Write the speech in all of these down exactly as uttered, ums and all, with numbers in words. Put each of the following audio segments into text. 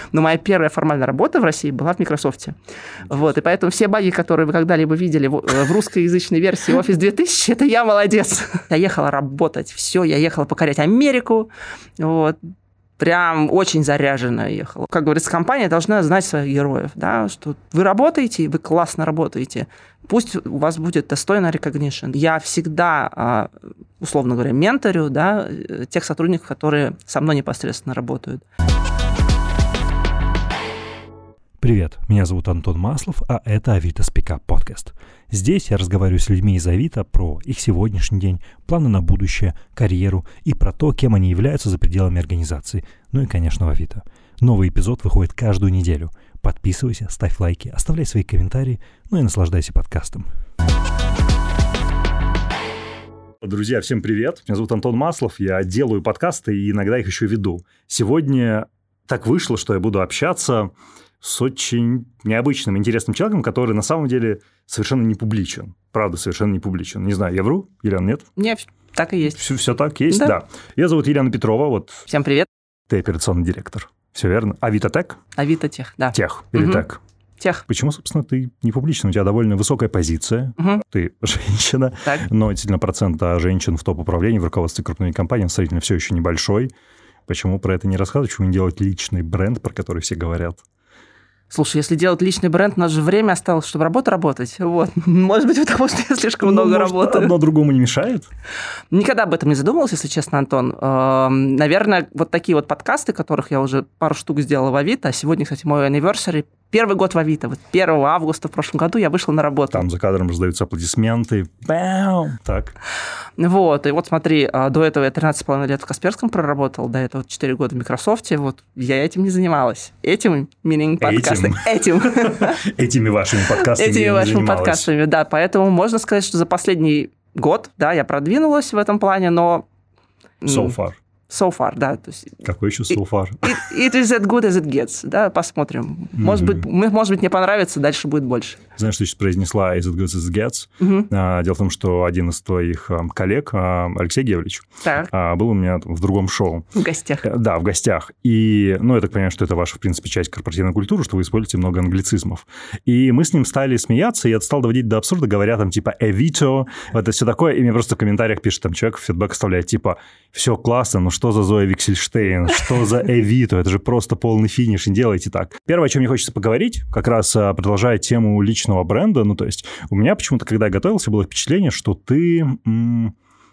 Но моя первая формальная работа в России была в Microsoft. Вот, и поэтому все баги, которые вы когда-либо видели в, в русскоязычной версии Office две тысячи, это я молодец. Я ехала работать, все, я ехала покорять Америку, вот. Прям очень заряженно ехала. Как говорится, компания должна знать своих героев, да, что вы работаете, вы классно работаете, пусть у вас будет достойный recognition. Я всегда, условно говоря, менторю, да, тех сотрудников, которые со мной непосредственно работают. Привет, меня зовут Антон Маслов, а это Авито Speak Up подкаст. Здесь я разговариваю с людьми из Авито про их сегодняшний день, планы на будущее, карьеру и про то, кем они являются за пределами организации. Ну и, конечно, в Авито. Новый эпизод выходит каждую неделю. Подписывайся, ставь лайки, оставляй свои комментарии, ну и наслаждайся подкастом. Друзья, всем привет. Меня зовут Антон Маслов, я делаю подкасты и иногда их еще веду. Сегодня так вышло, что я буду общаться с очень необычным, интересным человеком, который на самом деле совершенно не публичен. Правда, совершенно не публичен. Не знаю, я вру? Елена, нет? Нет, так и есть. Все, все так есть? Да. да. Я зовут Елена Петрова. Вот. Всем привет. Ты операционный директор. Все верно? Авито Тех? Авито Тех, да. Тех или угу. Тех? Тех. Почему, собственно, ты не публична? У тебя довольно высокая позиция. Угу. Ты женщина. Так. Но действительно процент женщин в топ-управлении, в руководстве крупной компании, действительно, все еще небольшой. Почему про это не рассказывать? Почему не делать личный бренд, про который все говорят? Слушай, если делать личный бренд, у нас же время осталось, чтобы работа работать. Вот. Может быть, потому что я слишком ну, много может, работаю. Одно другому не мешает? Никогда об этом не задумывался, если честно, Антон. Наверное, вот такие вот подкасты, которых я уже пару штук сделала в Авито, а сегодня, кстати, мой anniversary, первый год в Авито. Вот первого августа в прошлом году я вышла на работу. Там за кадром раздаются аплодисменты. Бам! Так. Вот, и вот смотри, до этого я тринадцать с половиной лет в Касперском проработал, до этого четыре года в Microsoft, вот я этим не занималась. Этим, meaning подкасты. Этим. Этими вашими подкастами Этими вашими подкастами, да. Поэтому можно сказать, что за последний год, да, я продвинулась в этом плане, но... So far. So far, да. То есть, Какой еще so far? It, it is as good as it gets, да, посмотрим. Может, mm-hmm. быть, может быть, мне понравится, дальше будет больше. Знаешь, что ты сейчас произнесла as it good as it gets? Mm-hmm. А, дело в том, что один из твоих а, коллег, а, Алексей Гевлич, а, был у меня там, в другом шоу. В гостях. Да, в гостях. И, ну, я так понимаю, что это ваша, в принципе, часть корпоративной культуры, что вы используете много англицизмов. И мы с ним стали смеяться, и это стало доводить до абсурда, говоря там, типа, Авито, вот это все такое. И мне просто в комментариях пишет там человек, фидбэк оставляет, типа, все классно, но что за Зоя Виксельштейн, что за Авито, это же просто полный финиш, не делайте так. Первое, о чем мне хочется поговорить, как раз продолжая тему личного бренда, ну, то есть у меня почему-то, когда я готовился, было впечатление, что ты м-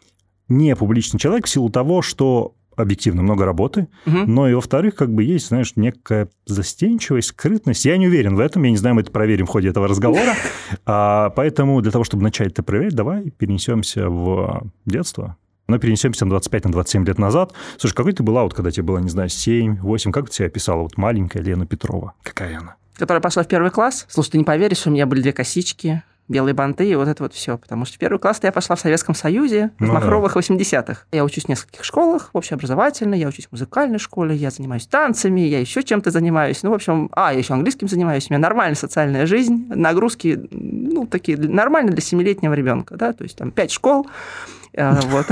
не публичный человек в силу того, что объективно много работы, угу. но и, во-вторых, как бы есть, знаешь, некая застенчивость, скрытность. Я не уверен в этом, я не знаю, мы это проверим в ходе этого разговора, а, поэтому для того, чтобы начать это проверять, давай перенесемся в детство. Но перенесемся на двадцать пять двадцать семь лет назад. Слушай, какой ты была, вот когда тебе было, не знаю, семь восемь, как ты себя описала? Вот маленькая Лена Петрова. Какая она? Которая пошла в первый класс. Слушай, ты не поверишь, у меня были две косички, белые банты и вот это вот все. Потому что в первый класс я пошла в Советском Союзе, в ну, махровых да. восьмидесятых. Я учусь в нескольких школах общеобразовательной, я учусь в музыкальной школе, я занимаюсь танцами, я еще чем-то занимаюсь. Ну, в общем, а, я еще английским занимаюсь. У меня нормальная социальная жизнь, нагрузки, ну, такие нормально для семилетнего ребенка, да, то есть там пять школ. Вот.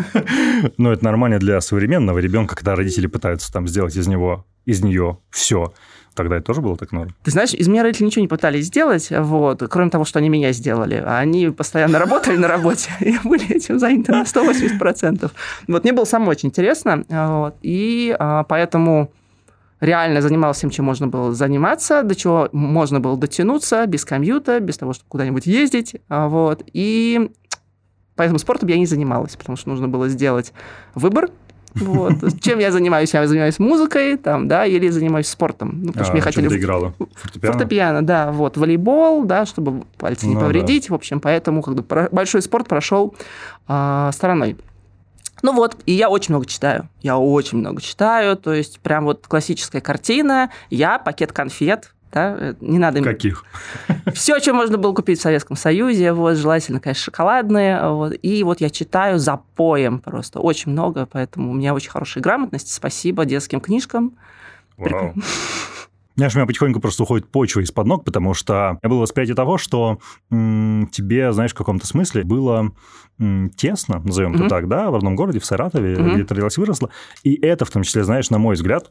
Ну, это нормально для современного ребенка, когда родители пытаются там сделать из него, из нее все. Тогда это тоже было так норм? Ты знаешь, из меня родители ничего не пытались сделать, вот, кроме того, что они меня сделали. Они постоянно работали на работе и были этим заняты на сто восемьдесят процентов. Вот, мне было самое очень интересно, вот, и а, поэтому реально занималась всем, чем можно было заниматься, до чего можно было дотянуться, без комьюта, без того, чтобы куда-нибудь ездить, вот, и... Поэтому спортом я не занималась, потому что нужно было сделать выбор. Вот. Чем я занимаюсь? Я занимаюсь музыкой, там, да, или занимаюсь спортом. Ну, потому а, что мне хотели... ты играла? Фортепиано? Фортепиано, да. Вот. Волейбол, да, чтобы пальцы не ну, повредить. Да. В общем, поэтому как бы, большой спорт прошел а, стороной. Ну вот, и я очень много читаю. Я очень много читаю. То есть прям вот классическая картина. Я пакет конфет. Да? Не надо... Каких? Все, что можно было купить в Советском Союзе, вот, желательно, конечно, шоколадные. Вот, и вот я читаю запоем просто, очень много, поэтому у меня очень хорошая грамотность. Спасибо детским книжкам. Вау. Знаешь, у меня потихоньку просто уходит почва из-под ног, потому что было восприятие того, что м, тебе, знаешь, в каком-то смысле было м, тесно, назовем mm-hmm. это так, да, в родном городе, в Саратове, mm-hmm. где ты родилась и выросла. И это, в том числе, знаешь, на мой взгляд,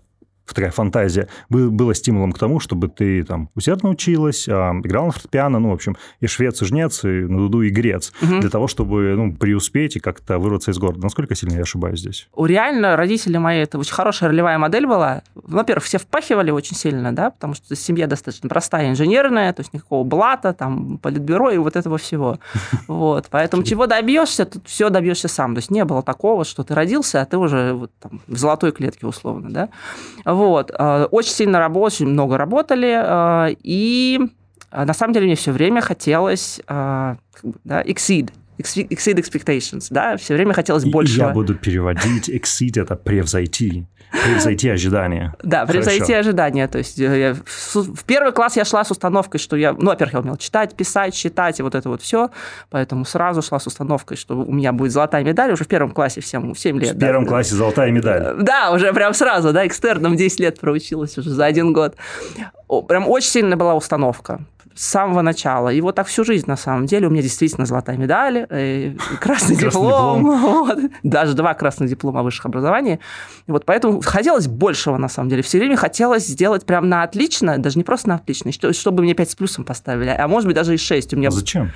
такая фантазия, было стимулом к тому, чтобы ты там усердно училась, играла на фортепиано, ну, в общем, и швец, и жнец, и на дуду, и грец, угу. для того, чтобы ну, преуспеть и как-то вырваться из города. Насколько сильно я ошибаюсь здесь? Реально, родители мои, это очень хорошая ролевая модель была. Во-первых, все впахивали очень сильно, да, потому что семья достаточно простая, инженерная, то есть никакого блата, там, политбюро и вот этого всего. Вот. Поэтому чего добьешься, тут все добьешься сам. То есть не было такого, что ты родился, а ты уже вот, там, в золотой клетке условно, да. Вот. Очень сильно работали, очень много работали, и на самом деле мне все время хотелось да, exceed, exceed expectations, да, все время хотелось больше. Я буду переводить exceed, это превзойти. Превзойти ожидания. Да, превзойти Хорошо. ожидания. То есть я, в первый класс я шла с установкой, что я, ну, во-первых, я умела читать, писать, считать, и вот это вот все, поэтому сразу шла с установкой, что у меня будет золотая медаль уже в первом классе всем, в семь лет. В да, первом да, классе золотая медаль. Да, уже прям сразу, да, экстерном десять лет проучилась уже за один год. Прям очень сильная была установка. С самого начала. И вот так всю жизнь, на самом деле, у меня действительно золотая медаль, красный диплом, вот, даже два красных диплома о высших образований. И вот поэтому хотелось большего, на самом деле. Все время хотелось сделать прям на отлично, даже не просто на отлично, чтобы мне пять с плюсом поставили, а может быть даже и шесть. У меня... Зачем?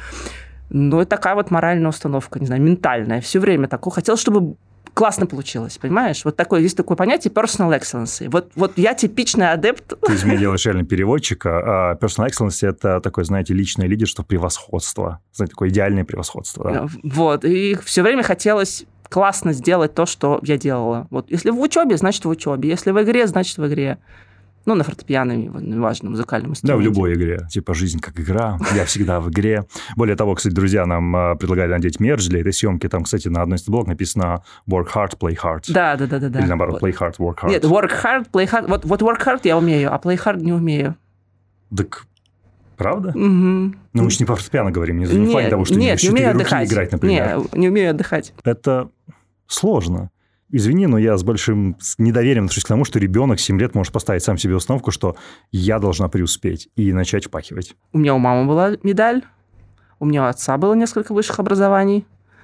Ну, это такая вот моральная установка, не знаю, ментальная. Все время такое. Хотелось, чтобы классно получилось, понимаешь? Вот такое, есть такое понятие personal excellence. Вот, вот я типичный адепт. Ты из меня делаешь реально переводчика. А personal excellence – это такое, знаете, личное лидерство, превосходство. Знаете, такое идеальное превосходство. Да? Вот. И все время хотелось классно сделать то, что я делала. Вот. Если в учебе, значит в учебе. Если в игре, значит в игре. Ну, на фортепиано, неважно, музыкальном инструменте. Да, в любой игре. Типа «Жизнь как игра», «Я всегда в игре». Более того, кстати, друзья нам предлагали надеть мерч для этой съемки. Там, кстати, на одной из таблок написано «Work hard, play hard». Да, да, да, да. Или наоборот, «Play hard, work hard». Нет, «Work hard, play hard». Вот, вот «Work hard» я умею, а «Play hard» не умею. Так... Правда? Угу. Ну, мы же не по фортепиано говорим, не, не в плане того, что нет, не умею четыре руки отдыхать. играть, например. Нет, не умею отдыхать. Это сложно. Извини, но я с большим недоверием отношусь к тому, что ребенок семь лет может поставить сам себе установку, что я должна преуспеть и начать впахивать. У меня у мамы была медаль, у меня у отца было несколько высших образований.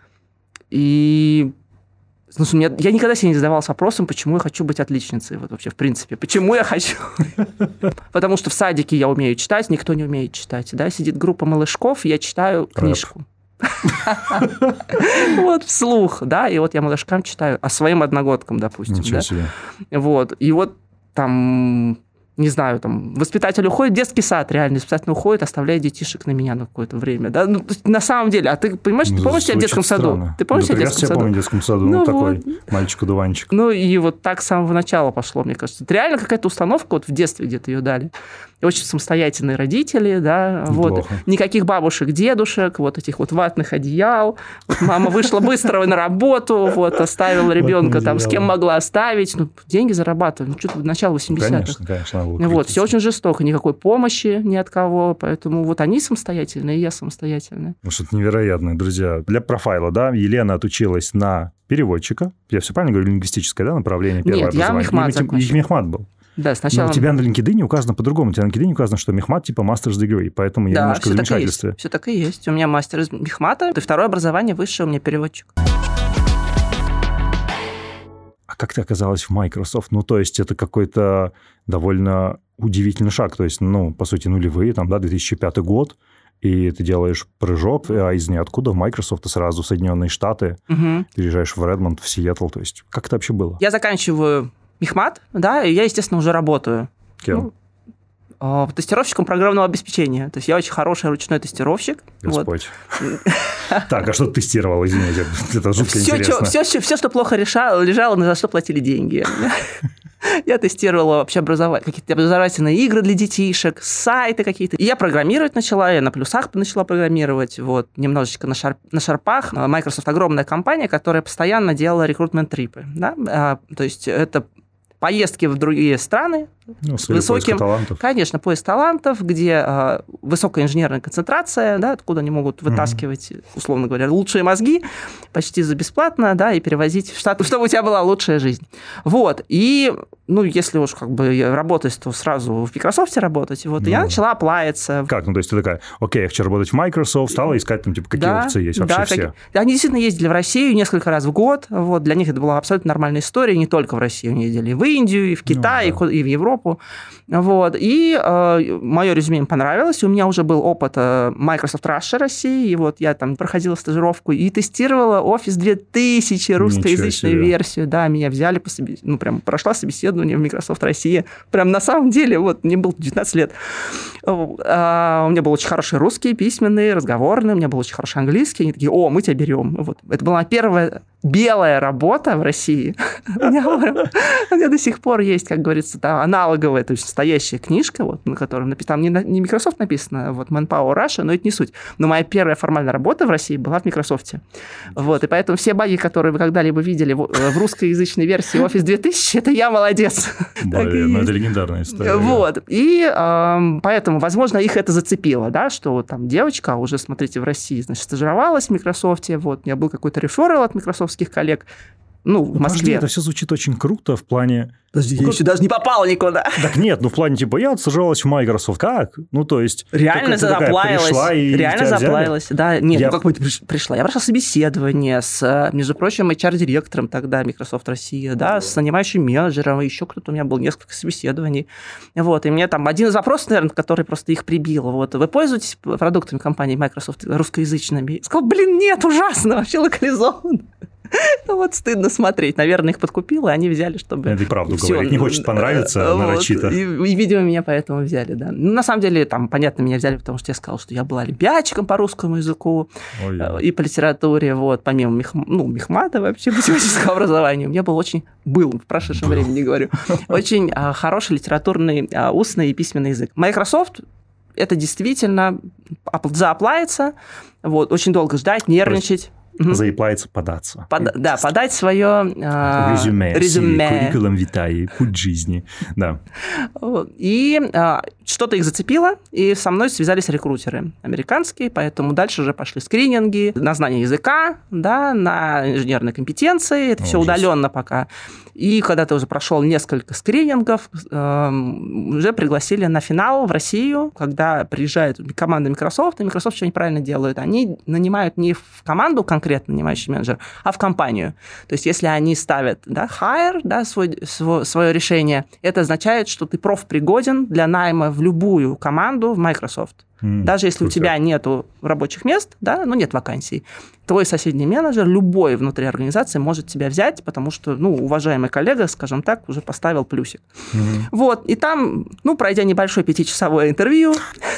И слушай, меня, я никогда себе не задавалась вопросом, почему я хочу быть отличницей. Вот вообще, в принципе, почему я хочу? Потому что в садике я умею читать, никто не умеет читать. Да? Сидит группа малышков, я читаю книжку. Вот, вслух, да, и вот я малышкам читаю, а своим одногодкам, допустим. Ничего себе. Вот, и вот там, не знаю, там, воспитатель уходит, детский сад, реально, воспитатель уходит, оставляет детишек на меня на какое-то время, да, ну, на самом деле, а ты понимаешь, ты помнишь себя в детском саду? Ты помнишь себя в детском саду? Я помню в детском саду, ну, такой мальчик-одуванчик. Ну, и вот так с самого начала пошло, мне кажется. Это реально какая-то установка, вот в детстве где-то ее дали. Очень самостоятельные родители, да, вот, никаких бабушек, дедушек, вот этих вот ватных одеял. Вот мама вышла быстро на работу, вот, оставила ребенка там, с кем могла оставить. Ну, деньги зарабатывали, ну, что-то начало восьмидесятых. Конечно, конечно. Вот, все очень жестоко, никакой помощи ни от кого, поэтому вот они самостоятельные, и я самостоятельная. Ну, что-то невероятное, друзья. Для профайла, да, Елена отучилась на переводчика. Я все правильно говорю, лингвистическое, да, направление, первое Нет, образование? я мехмат закончила. И мехмат был. Да, сначала... Но у тебя на LinkedIn указано по-другому. У тебя на LinkedIn указано, что мехмат типа master's degree, поэтому я да, немножко в замешательстве. Да, все так и есть. У меня мастер из мехмата, и второе образование высшее, у меня переводчик. А как ты оказалась в Microsoft? Ну, то есть это какой-то довольно удивительный шаг. То есть, ну, по сути, нулевые, там, да, две тысячи пятый год, и ты делаешь прыжок, а из ниоткуда в Microsoft, и сразу в Соединенные Штаты, угу. переезжаешь в Редмонд, в Сиэтл. То есть как это вообще было? Я заканчиваю мехмат, да, и я, естественно, уже работаю. Кем? Ну, тестировщиком программного обеспечения. То есть я очень хороший ручной тестировщик. Господь. Так, а что ты тестировал, извините? Это жутко интересно. Все, что плохо лежало, за что платили деньги. Я тестировала вообще какие-то образовательные игры для детишек, сайты какие-то. И я программировать начала, я на плюсах начала программировать, вот, немножечко на, шарп, на шарпах. Microsoft огромная компания, которая постоянно делала рекрутмент-трипы. Да? А, то есть это поездки в другие страны, Ну, с высоким... талантов. Конечно, поиск талантов, где э, высокая инженерная концентрация, да, откуда они могут вытаскивать, mm-hmm. условно говоря, лучшие мозги почти за бесплатно, да, и перевозить в Штаты, чтобы у тебя была лучшая жизнь. Вот. И, ну, если уж как бы работать, то сразу в Microsoft работать. Вот. Mm-hmm. И я начала оплавиться. Как? Ну, то есть ты такая, окей, я хочу работать в Microsoft, стала искать там, типа, какие да, опции есть вообще да, все. Так... Они действительно ездили в Россию несколько раз в год. Вот. Для них это была абсолютно нормальная история. Не только в Россию они ездили, и в Индию, и в Китай, ну, да. и в Европу. Вот. И э, мое резюме им понравилось. У меня уже был опыт э, Microsoft Russia России. И вот я там проходила стажировку и тестировала Office две тысячи, русскоязычную версию. Да, меня взяли, по собес... ну, прям прошла собеседование в Microsoft Россия. Прям на самом деле, вот, мне было девятнадцать лет. А, у меня был очень хороший русский, письменный, разговорный. У меня был очень хороший английский. Они такие, о, мы тебя берем. Вот. Это была первая белая работа в России. У меня до сих пор есть, как говорится, аналоговая, то есть настоящая книжка, вот, на которой там не, не Microsoft написано, вот Manpower Russia, но это не суть. Но моя первая формальная работа в России была в Microsoft. Вот, и поэтому все баги, которые вы когда-либо видели в, в русскоязычной версии Office две тысячи, это я молодец. Блин, ну это легендарная история. Вот, и э, поэтому, возможно, их это зацепило, да, что вот там девочка уже, смотрите, в России, значит, стажировалась в Microsoft, вот, у меня был какой-то реферал от микрософтских коллег, ну, в Москве. Подожди, это все звучит очень круто в плане... Подожди, ну, я еще даже не попала никуда. Так нет, ну в плане, типа, я отстаживалась в Microsoft. Как? Ну, то есть... Реально заплавилась. Реально заплавилась. Да, нет, я... ну как бы пришла. Я прошла собеседование с, между прочим, эйч ар-директором тогда Microsoft Россия, да, с нанимающим менеджером, еще кто-то, у меня было несколько собеседований. Вот, и мне там один из вопросов, наверное, который просто их прибил. Вот, вы пользуетесь продуктами компании Microsoft русскоязычными? Я сказала, блин, нет, ужасно, вообще локализован. Ну вот стыдно смотреть. Наверное, их подкупило, и они взяли, чтобы... Это и правду говорит. Не хочет понравиться, нарочито. Вот. И, и, видимо, меня поэтому взяли, да. Ну, на самом деле, там, понятно, меня взяли, потому что я сказала, что я была олимпиадчиком по русскому языку. Ой, и по литературе, вот, помимо мех... ну, мехмата вообще, математического образования. У меня был очень... Был, в прошедшем времени, не говорю. Очень а, хороший литературный, а, устный и письменный язык. Microsoft... Это действительно зааплается, вот, очень долго ждать, нервничать. Заеплается податься. Под, да, подать свое э, резюме, резюме. Curriculum vitae, путь жизни. Да. И э, что-то их зацепило, и со мной связались рекрутеры американские, поэтому дальше уже пошли скрининги на знание языка, да, на инженерные компетенции, это О, все удаленно пока. И когда ты уже прошел несколько скринингов, э, уже пригласили на финал в Россию, когда приезжает команда Microsoft, и Microsoft что они правильно делают? Они нанимают не в команду конкретно нанимающий менеджер, а в компанию. То есть если они ставят, да, hire, да, свой, свой, свое решение, это означает, что ты профпригоден для найма в любую команду в Microsoft. Mm, Даже если круто. У тебя нет рабочих мест, да, ну, нет вакансий, твой соседний менеджер, любой внутри организации может тебя взять, потому что, ну, уважаемый коллега, скажем так, уже поставил плюсик. Mm-hmm. Вот, и там, ну, пройдя небольшое пятичасовое интервью,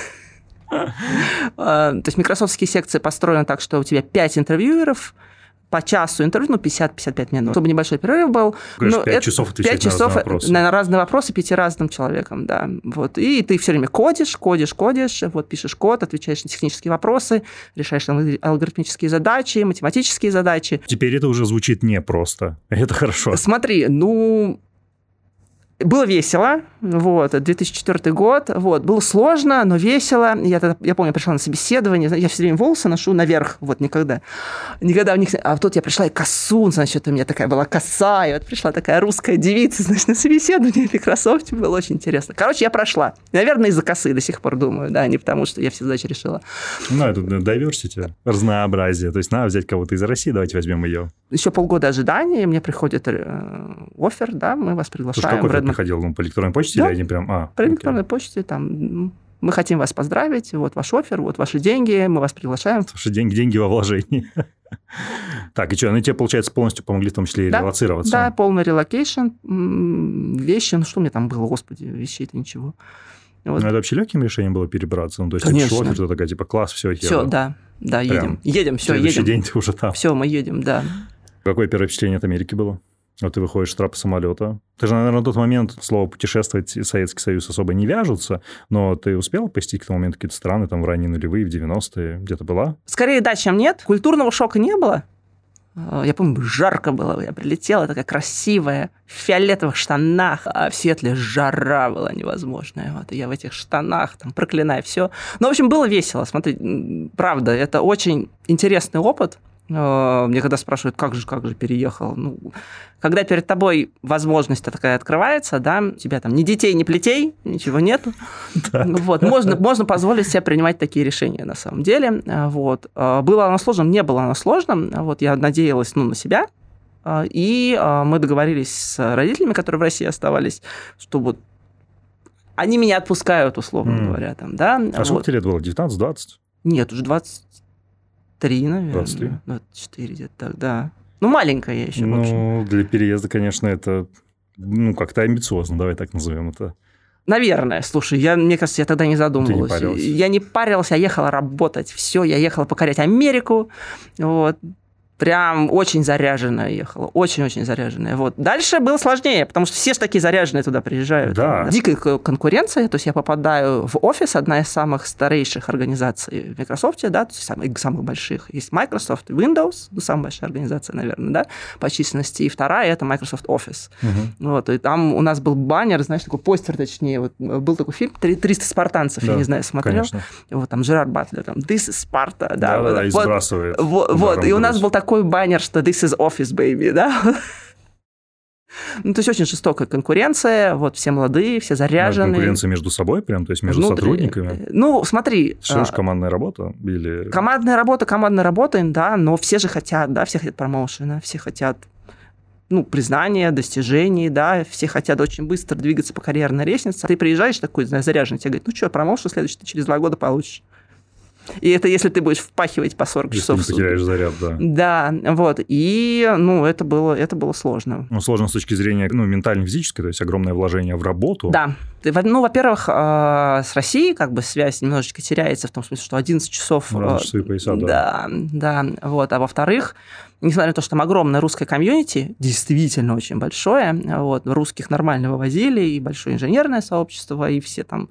то есть микрософтские секции построены так, что у тебя пять интервьюеров, по часу интервью, ну, пятьдесят-пятьдесят пять минут. Чтобы небольшой перерыв был. Конечно, пять часов отвечать на разные вопросы. На разные вопросы пяти разным человеком, да. Вот. И ты все время кодишь, кодишь, кодишь, вот пишешь код, отвечаешь на технические вопросы, решаешь алгоритмические задачи, математические задачи. Теперь это уже звучит непросто. Это хорошо. Смотри, ну... Было весело, вот, две тысячи четвёртый год, вот, было сложно, но весело. Я, тогда, я помню, я пришла на собеседование, я все время волосы ношу наверх, вот, никогда. Никогда у них... А тут я пришла, и косу, значит, у меня такая была коса, и вот пришла такая русская девица, значит, на собеседование в Microsoft, было очень интересно. Короче, я прошла. Наверное, из-за косы до сих пор думаю, да, не потому что я все задачи решила. Ну, это diversity, разнообразие. То есть надо взять кого-то из России, давайте возьмем ее. Еще полгода ожидания, мне приходит оффер, да, мы вас приглашаем. Приходил ну, по электронной почте, да? Или они прям... А, по электронной окей. почте, там, мы хотим вас поздравить, вот ваш оффер, вот ваши деньги, мы вас приглашаем. Ваши деньги, деньги во вложении. Так, и что, они тебе, получается, полностью помогли в том числе и да, релоцироваться? Да, полный релокейшн, вещи, ну что мне там было, господи, вещей-то ничего. Вот. Ну, это вообще легким решением было перебраться? Ну, то есть, конечно. Ты пришел, ты такая, типа, класс, все, я... Все, да, да, едем, прям едем, все, едем. Следующий едем. день ты уже там. Все, мы едем, да. Какое первое впечатление от Америки было? Вот ты выходишь с трапа самолета. Ты же, наверное, на тот момент слово «путешествовать» и Советский Союз особо не вяжутся, но ты успела посетить к тому моменту какие-то страны, там, в ранние нулевые, в девяностые, где-то была? Скорее да, чем нет. Культурного шока не было. Я помню, жарко было, я прилетела такая красивая, в фиолетовых штанах, а в Сиэтле жара была невозможная. Вот, и я в этих штанах, там, проклиная все. Ну, в общем, было весело, смотри, правда, это очень интересный опыт. Мне когда спрашивают, как же, как же переехал, ну, когда перед тобой возможность такая открывается, да, у тебя там ни детей, ни плетей, ничего нету, вот, можно, можно позволить себе принимать такие решения на самом деле, вот. Было оно сложным, не было оно сложным, вот, я надеялась, ну, на себя, и мы договорились с родителями, которые в России оставались, что вот они меня отпускают, условно mm. говоря, там, да. А вот. Сколько тебе лет было, девятнадцать-двадцать? Нет, уже двадцать три, наверное. двадцать три? двадцать четыре где-то так, да. Ну, маленькая я еще, ну, в общем. Ну, для переезда, конечно, это, ну, как-то амбициозно, давай так назовем это. Наверное. Слушай, я, мне кажется, я тогда не задумывалась. Ты не парилась? Я не парилась, я ехала работать. Все, я ехала покорять Америку. Вот. Прям очень заряженная ехала, очень-очень заряженная. Вот. Дальше было сложнее, потому что все же такие заряженные туда приезжают. Да. Дикая конкуренция, то есть я попадаю в офис, одна из самых старейших организаций в Microsoft, да, то есть самых, самых больших. Есть Microsoft Windows, ну, самая большая организация, наверное, да, по численности, и вторая – это Microsoft Office. Угу. Вот, и там у нас был баннер, знаешь, такой постер, точнее, вот, был такой фильм «триста спартанцев», да, я не знаю, смотрел. Конечно. Вот там Жерар Батлер, там «This is Sparta». Да, да, вот, да, и вот, сбрасывает. Вот, вот, и у нас был такой такой баннер, что this is office, baby, да? Ну, то есть очень жестокая конкуренция, вот все молодые, все заряженные. Конкуренция между собой прям, то есть между Внутри... сотрудниками? Ну, смотри. Что же командная работа? Или... Командная работа, командная работа, да, но все же хотят, да, все хотят промоушена, все хотят, ну, признания, достижений, да, все хотят очень быстро двигаться по карьерной лестнице. Ты приезжаешь такой, знаешь, заряженный, тебе говорят, ну что, промоушен следующий ты через два года получишь. И это если ты будешь впахивать по сорок если часов в сутки. Если не потеряешь заряд, да. Да, вот. И, ну, это было, это было сложно. Ну, сложно с точки зрения, ну, ментально-физической, то есть огромное вложение в работу. Да. Ну, во-первых, с Россией как бы связь немножечко теряется в том смысле, что одиннадцать часов... Ну, часовые пояса, да. Да, да. Вот. А во-вторых, несмотря на то, что там огромное русское комьюнити, действительно очень большое, вот, русских нормально вывозили, и большое инженерное сообщество, и все там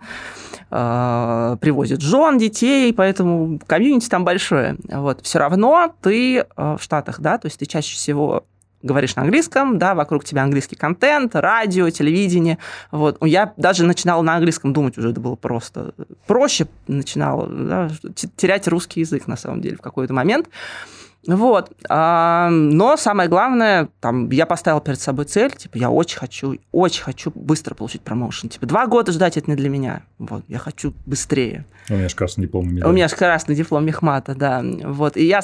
э, привозят жен, детей, поэтому комьюнити там большое. Вот. Все равно ты в Штатах, да, то есть ты чаще всего говоришь на английском, да, вокруг тебя английский контент, радио, телевидение. Вот. Я даже начинала на английском думать, уже это было просто проще, начинала, да, терять русский язык на самом деле в какой-то момент. Вот. Но самое главное, там, я поставила перед собой цель, типа, я очень хочу, очень хочу быстро получить промоушен. Типа, два года ждать – это не для меня. Вот. Я хочу быстрее. У меня же красный диплом. У меня же красный диплом мехмата, да. Вот. И я...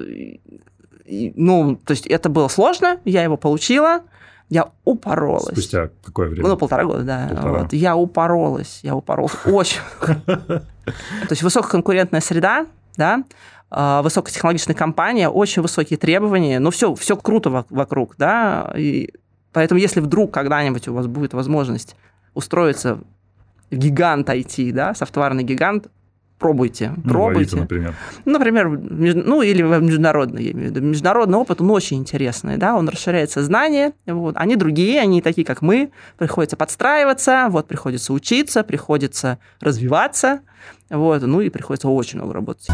Ну, то есть это было сложно, я его получила, я упоролась. Спустя какое время? Ну, полтора года, да. Полтора. Вот. Я упоролась, я упоролась очень. То есть высококонкурентная среда, да, высокотехнологичная компания, очень высокие требования, но все, все круто вокруг, да, и поэтому если вдруг когда-нибудь у вас будет возможность устроиться в гигант ай ти, да, софтварный гигант, пробуйте, ну, пробуйте. Авито, например. Например, ну, или международный, я имею в виду. Международный опыт, он очень интересный, да, он расширяет сознание, вот. Они другие, они такие, как мы, приходится подстраиваться, вот, приходится учиться, приходится развиваться, вот, ну, и приходится очень много работать.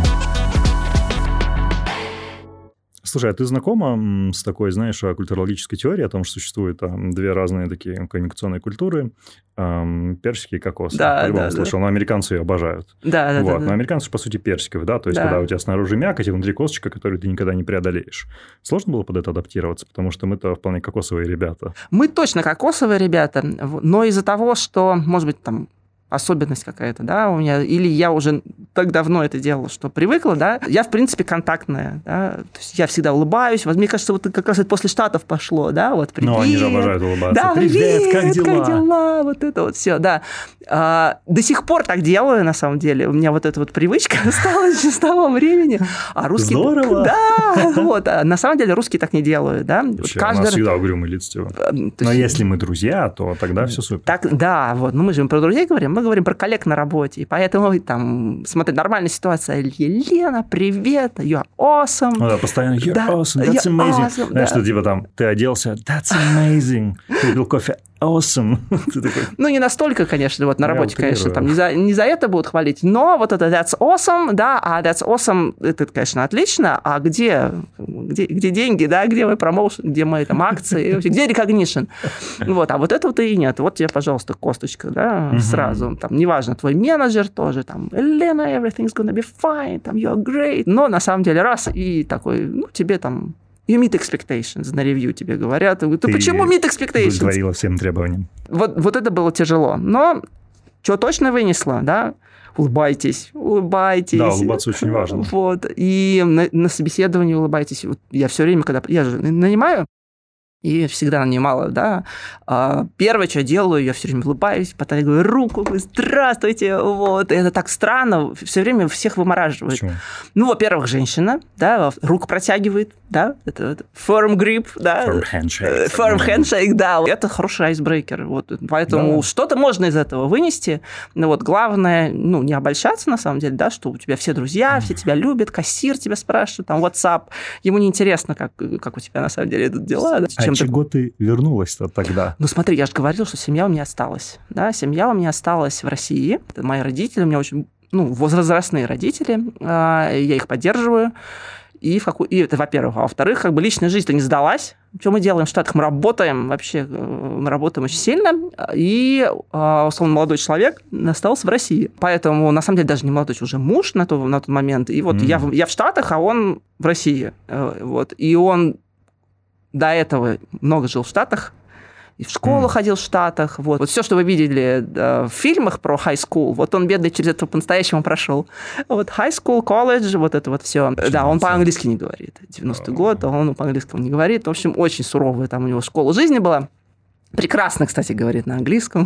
Слушай, а ты знакома с такой, знаешь, культурологической теорией о том, что существуют там две разные такие коммуникационные культуры, эм, персики и кокосы? Да, По-любому да, слышал, да. но американцы ее обожают. Да, да, вот. да, да. Но американцы, по сути, персиковые, да, то есть, да. когда у тебя снаружи мякоть, и внутри косточка, которую ты никогда не преодолеешь. Сложно было под это адаптироваться, потому что мы-то вполне кокосовые ребята. Мы точно кокосовые ребята, но из-за того, что, может быть, там, особенность какая-то, да, у меня, или я уже так давно это делала, что привыкла, да, я, в принципе, контактная, да, то есть я всегда улыбаюсь, вот, мне кажется, вот как раз это после Штатов пошло, да, вот, привет. Ну, они же обожают улыбаться. Да, привет, привет, как дела? как дела, вот это вот все, да. А, до сих пор так делаю, на самом деле, у меня вот эта вот привычка осталась с того времени, а русские... Здорово! Да, вот, а на самом деле русские так не делают, да. Вообще, Каждый... у нас всегда угрюмый лиц, типа. есть... Но если мы друзья, то тогда все супер. Так, да, вот, ну мы же про друзей говорим, мы говорим про коллег на работе, и поэтому там смотри это нормальная ситуация. Елена, привет, you're awesome. Ну, да, постоянно you're да, awesome, that's you're amazing. Awesome, Знаешь, да. что типа там, ты оделся, that's amazing. Ты пил кофе, awesome. Ты такой... Ну, не настолько, конечно, вот на Я работе, утрирую. конечно, там не за, не за это будут хвалить, но вот это that's awesome, да, а that's awesome, это, конечно, отлично, а где, где, где деньги, да, где мой промоушен, где мои там акции, вообще, где recognition? Вот, а вот этого-то и нет. Вот тебе, пожалуйста, косточка, да, Мгм. сразу. Там, неважно, твой менеджер тоже, там, Елена, everything's gonna be fine, там, you're great. Но на самом деле раз, и такой, ну, тебе там you meet expectations, на ревью тебе говорят. Ты, Ты почему meet expectations? удовлетворила всем требованиям. Вот, вот это было тяжело. Но что точно вынесла, да? Улыбайтесь, улыбайтесь. Да, улыбаться очень важно. Вот. И на, на собеседовании улыбайтесь. Вот я все время, когда... Я же нанимаю, и всегда нанимала, да. А первое, что я делаю, я все время улыбаюсь, протягиваю руку, говорю, здравствуйте, вот. И это так странно, все время всех вымораживает. Почему? Ну, во-первых, женщина, да, руку протягивает, да, это, это firm grip, да. Firm handshake. Firm handshake, да. Это хороший айсбрейкер, вот. Поэтому Да. что-то можно из этого вынести. Но вот главное, ну, не обольщаться, на самом деле, да, что у тебя все друзья, все тебя любят, кассир тебя спрашивает, там, WhatsApp. Ему неинтересно, как, как у тебя на самом деле идут дела. Да, А чего ты вернулась-то тогда? ну, смотри, я же говорил, что семья у меня осталась. Да? Семья у меня осталась в России. Это мои родители, у меня очень, ну, возрастные родители. Я их поддерживаю. И, в какую... и это, во-первых. А во-вторых, как бы личная жизнь-то не сдалась. Что мы делаем в Штатах? Мы работаем вообще, мы работаем очень сильно. И, условно, молодой человек остался в России. Поэтому, на самом деле, даже не молодой, уже муж на, то, на тот момент. И вот mm. я, я в Штатах, а он в России. Вот. И он до этого много жил в Штатах, и в школу mm. ходил в Штатах. Вот. вот все, что вы видели да, в фильмах про high school, вот он, бедный, через это по-настоящему прошел. Вот high school, college, вот это вот все. Очень да, он по-английски не говорит. девяностый oh. год, а он по-английски не говорит. В общем, очень суровая там у него школа жизни была. Прекрасно, кстати, говорит на английском.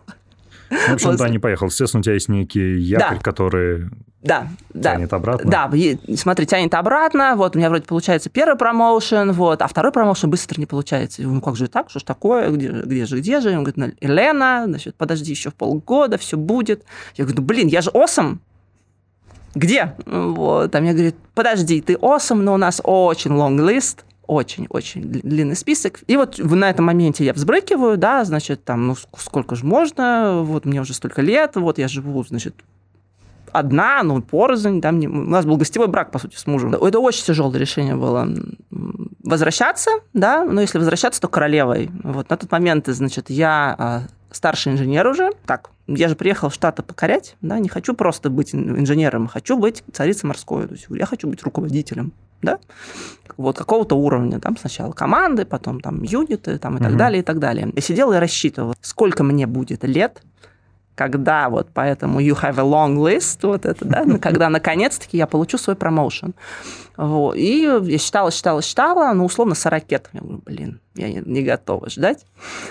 В общем, да, не поехал. Естественно, у тебя есть некий якорь, да. который да, тянет да. обратно. Да, смотри, тянет обратно. Вот у меня вроде получается первый промоушен, вот, а второй промоушен быстро не получается. Ну, как же так? Что ж такое? Где, где же, где же? Он говорит, Елена, значит, подожди еще полгода, все будет. Я говорю, ну, блин, я же awesome. Где? Вот. Там я говорю, подожди, ты awesome, но у нас очень long list. Очень-очень длинный список. И вот на этом моменте я взбрыкиваю, да, значит, там, ну, сколько же можно, вот мне уже столько лет, вот я живу, значит, одна, ну, порознь, да, мне, у нас был гостевой брак, по сути, с мужем. Это очень тяжелое решение было. Возвращаться, да, но если возвращаться, то королевой. Вот на тот момент, значит, я старший инженер уже. Так, я же приехала в Штаты покорять, да, не хочу просто быть инженером, хочу быть царицей морской. То есть я хочу быть руководителем. Да? Вот какого-то уровня, там сначала команды, потом там юниты, там и так uh-huh. далее, и так далее. Я сидела и рассчитывала, сколько мне будет лет, когда вот поэтому you have a long list, вот это, да, когда наконец-таки я получу свой промоушен. Вот. И я считала, считала, считала, ну, условно, сорок лет. Я говорю, блин, я не, не готова ждать.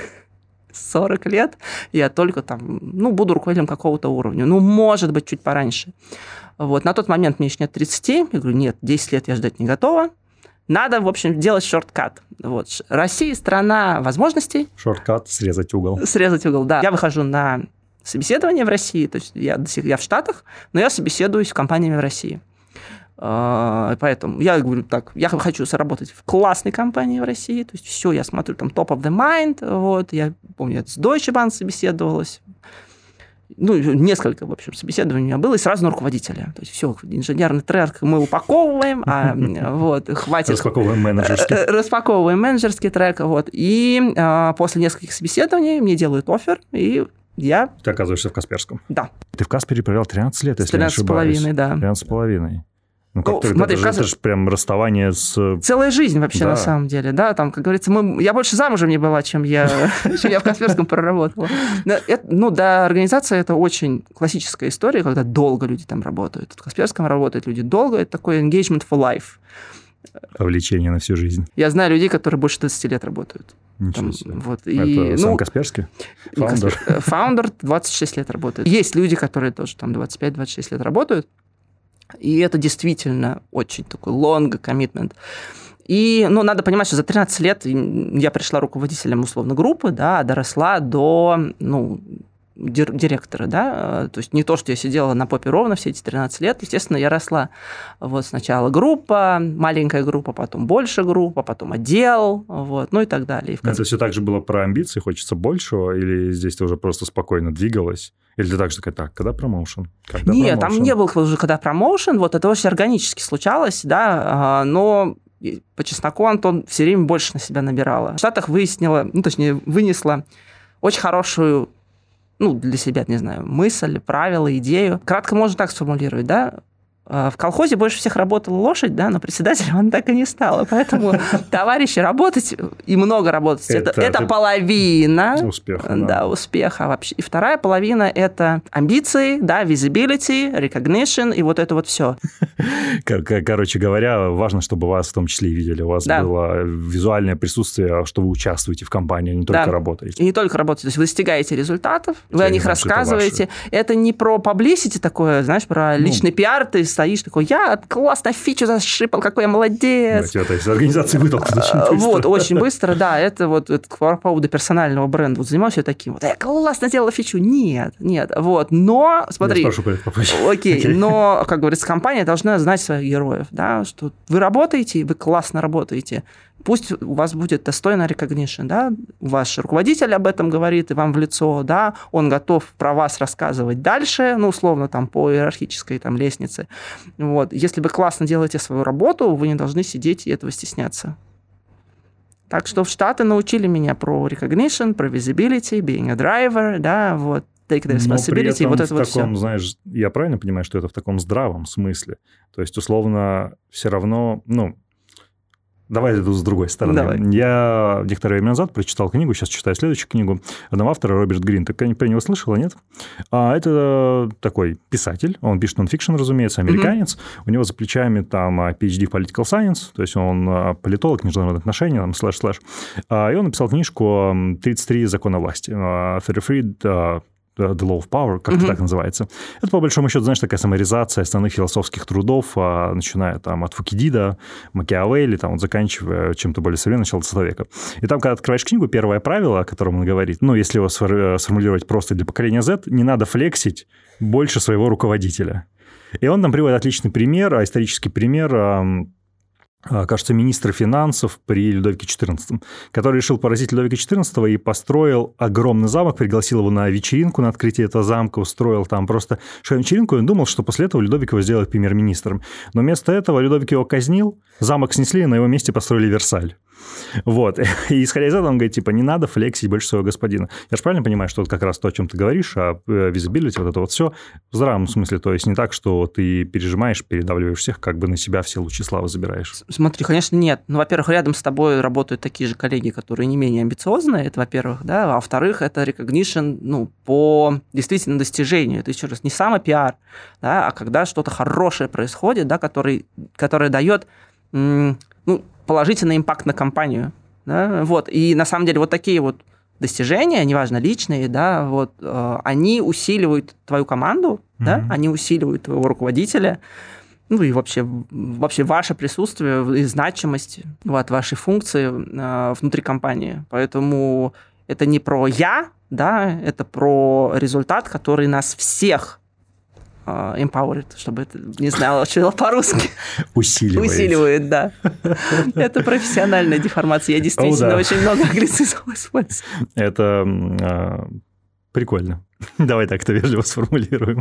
сорок лет я только там, ну, буду руководителем какого-то уровня. Ну, может быть, чуть пораньше. Вот. На тот момент мне еще нет тридцати. Я говорю, нет, десять лет я ждать не готова. Надо, в общем, делать шорткат. Вот. Россия – страна возможностей. Шорткат – срезать угол. Срезать угол, да. Я выхожу на собеседование в России, то есть я, я в Штатах, но я собеседуюсь с компаниями в России. Поэтому я говорю так, я хочу заработать в классной компании в России, то есть все, я смотрю там top of the mind, вот, я помню, я с Deutsche Bank собеседовалась, ну, несколько, в общем, собеседований у меня было, и сразу на руководителя. То есть все, инженерный трек мы упаковываем, а вот, хватит... Распаковываем менеджерский. Распаковываем менеджерский трек, вот, и а, после нескольких собеседований мне делают оффер, и я... Ты оказываешься в Касперском. Да. Ты в Каспере провел тринадцать лет, если не ошибаюсь. тринадцать с половиной, да. тринадцать с половиной. Ну, как ну, ты, смотри, это, Кас... же, это же прям расставание с... Целая жизнь вообще, да. на самом деле, да, там, как говорится, мы... я больше замужем не была, чем я, чем я в Касперском проработала. Ну, да, организация – это очень классическая история, когда долго люди там работают. В Касперском работают люди долго, это такой engagement for life. Вовлечение на всю жизнь. Я знаю людей, которые больше двадцати лет работают. Ничего там, себе. Вот, это и, сам ну, Касперский? Фаундер? Фаундер двадцать шесть лет работает. Есть люди, которые тоже там двадцать пять - двадцать шесть лет работают. И это действительно очень такой long commitment. И, ну, надо понимать, что за тринадцать лет я пришла руководителем, условно, группы, да, доросла до, ну, директора, да, то есть не то, что я сидела на попе ровно все эти тринадцать лет, естественно, я росла. Вот сначала группа, маленькая группа, потом больше группа, потом отдел, вот, ну и так далее. И в конце... Это все так же было про амбиции, хочется большего, или здесь ты уже просто спокойно двигалась? Или ты так же такая, так, когда промоушен? Когда Нет, промоушен? там не было уже когда промоушен, вот это очень органически случалось, да, но по чесноку Антон все время больше на себя набирала. В Штатах выяснила, ну, точнее, вынесла очень хорошую, ну, для себя, не знаю, мысль, правило, идею. Кратко можно так сформулировать, да? В колхозе больше всех работала лошадь, да, но председателем она так и не стала. Поэтому, товарищи, работать и много работать, это, это, это половина успеха, да. Да, успеха вообще. И вторая половина – это амбиции, да, visibility, recognition и вот это вот все. Короче говоря, важно, чтобы вас в том числе и видели. У вас да. было визуальное присутствие, что вы участвуете в компании, а не только да. работаете. И не только работаете. То есть вы достигаете результатов, вы Я о них знаю, рассказываете. Это, это не про publicity такое, знаешь, про ну, личный пиар, ты стоишь такой, я классно фичу зашипал, какой я молодец. Да, тебя из организации вытолкнули очень быстро. Вот, очень быстро, да, это вот это по поводу персонального бренда. Вот занимаюсь я таким, вот, я классно сделала фичу. Нет, нет, вот, но, смотри. Я спрошу попозже. Окей, okay, но, как говорится, компания должна знать своих героев, да, что вы работаете, вы классно работаете. Пусть у вас будет достойный recognition, да, ваш руководитель об этом говорит, и вам в лицо, да, он готов про вас рассказывать дальше, ну, условно, там, по иерархической там, лестнице. Вот. Если вы классно делаете свою работу, вы не должны сидеть и этого стесняться. Так что в Штаты научили меня про recognition, про visibility, being a driver, да, вот, take the responsibility, вот это вот все. Таком, знаешь, я правильно понимаю, что это в таком здравом смысле? То есть, условно, все равно, ну, давай иду с другой стороны. Давай. Я некоторое время назад прочитал книгу, сейчас читаю следующую книгу, одного автора, Роберт Грин. Ты про него слышала, нет? А, это такой писатель, он пишет нон-фикшн, разумеется, американец. Mm-hmm. У него за плечами там пи эйч ди в Political Science, то есть он политолог международных отношений, там, слэш-слэш. И он написал книжку «тридцать три закона власти», тридцать три The Law of Power, как-то mm-hmm. так называется. Это, по большому счету, знаешь, такая саммаризация основных философских трудов, начиная там от Фукидида, Макиавелли, там, вот, заканчивая чем-то более современным, начала двадцатого века. И там, когда открываешь книгу, первое правило, о котором он говорит, ну, если его сформулировать просто для поколения Z, не надо флексить больше своего руководителя. И он нам приводит отличный пример, исторический пример, кажется, министра финансов при Людовике четырнадцатом, который решил поразить Людовика четырнадцатого и построил огромный замок, пригласил его на вечеринку на открытие этого замка, устроил там просто вечеринку, и он думал, что после этого Людовик его сделает премьер-министром. Но вместо этого Людовик его казнил, замок снесли, и на его месте построили Версаль. Вот. И исходя из этого, он говорит, типа, не надо флексить больше своего господина. Я же правильно понимаю, что вот как раз то, о чем ты говоришь, о visibility, вот это вот все в здравом смысле, то есть не так, что ты пережимаешь, передавливаешь всех, как бы на себя все лучи славы забираешь. Смотри, конечно, нет. Ну, во-первых, рядом с тобой работают такие же коллеги, которые не менее амбициозные, это во-первых, да, а во-вторых, это recognition, ну, по действительно достижению. Это, еще раз, не самопиар, да, а когда что-то хорошее происходит, да, который, которое дает, ну, положительный импакт на компанию. Да? Вот. И на самом деле вот такие вот достижения, неважно, личные, да, вот, э, они усиливают твою команду, mm-hmm. да? Они усиливают твоего руководителя, ну и вообще, вообще ваше присутствие и значимость, вот, вашей функции э, внутри компании. Поэтому это не про «я», да, это про результат, который нас всех empowered, чтобы это не знала, что по-русски. Усиливает. Усиливает, да. Это профессиональная деформация. Я действительно oh, да. очень много англицизмов использую. Это э, прикольно. Давай так это вежливо сформулируем.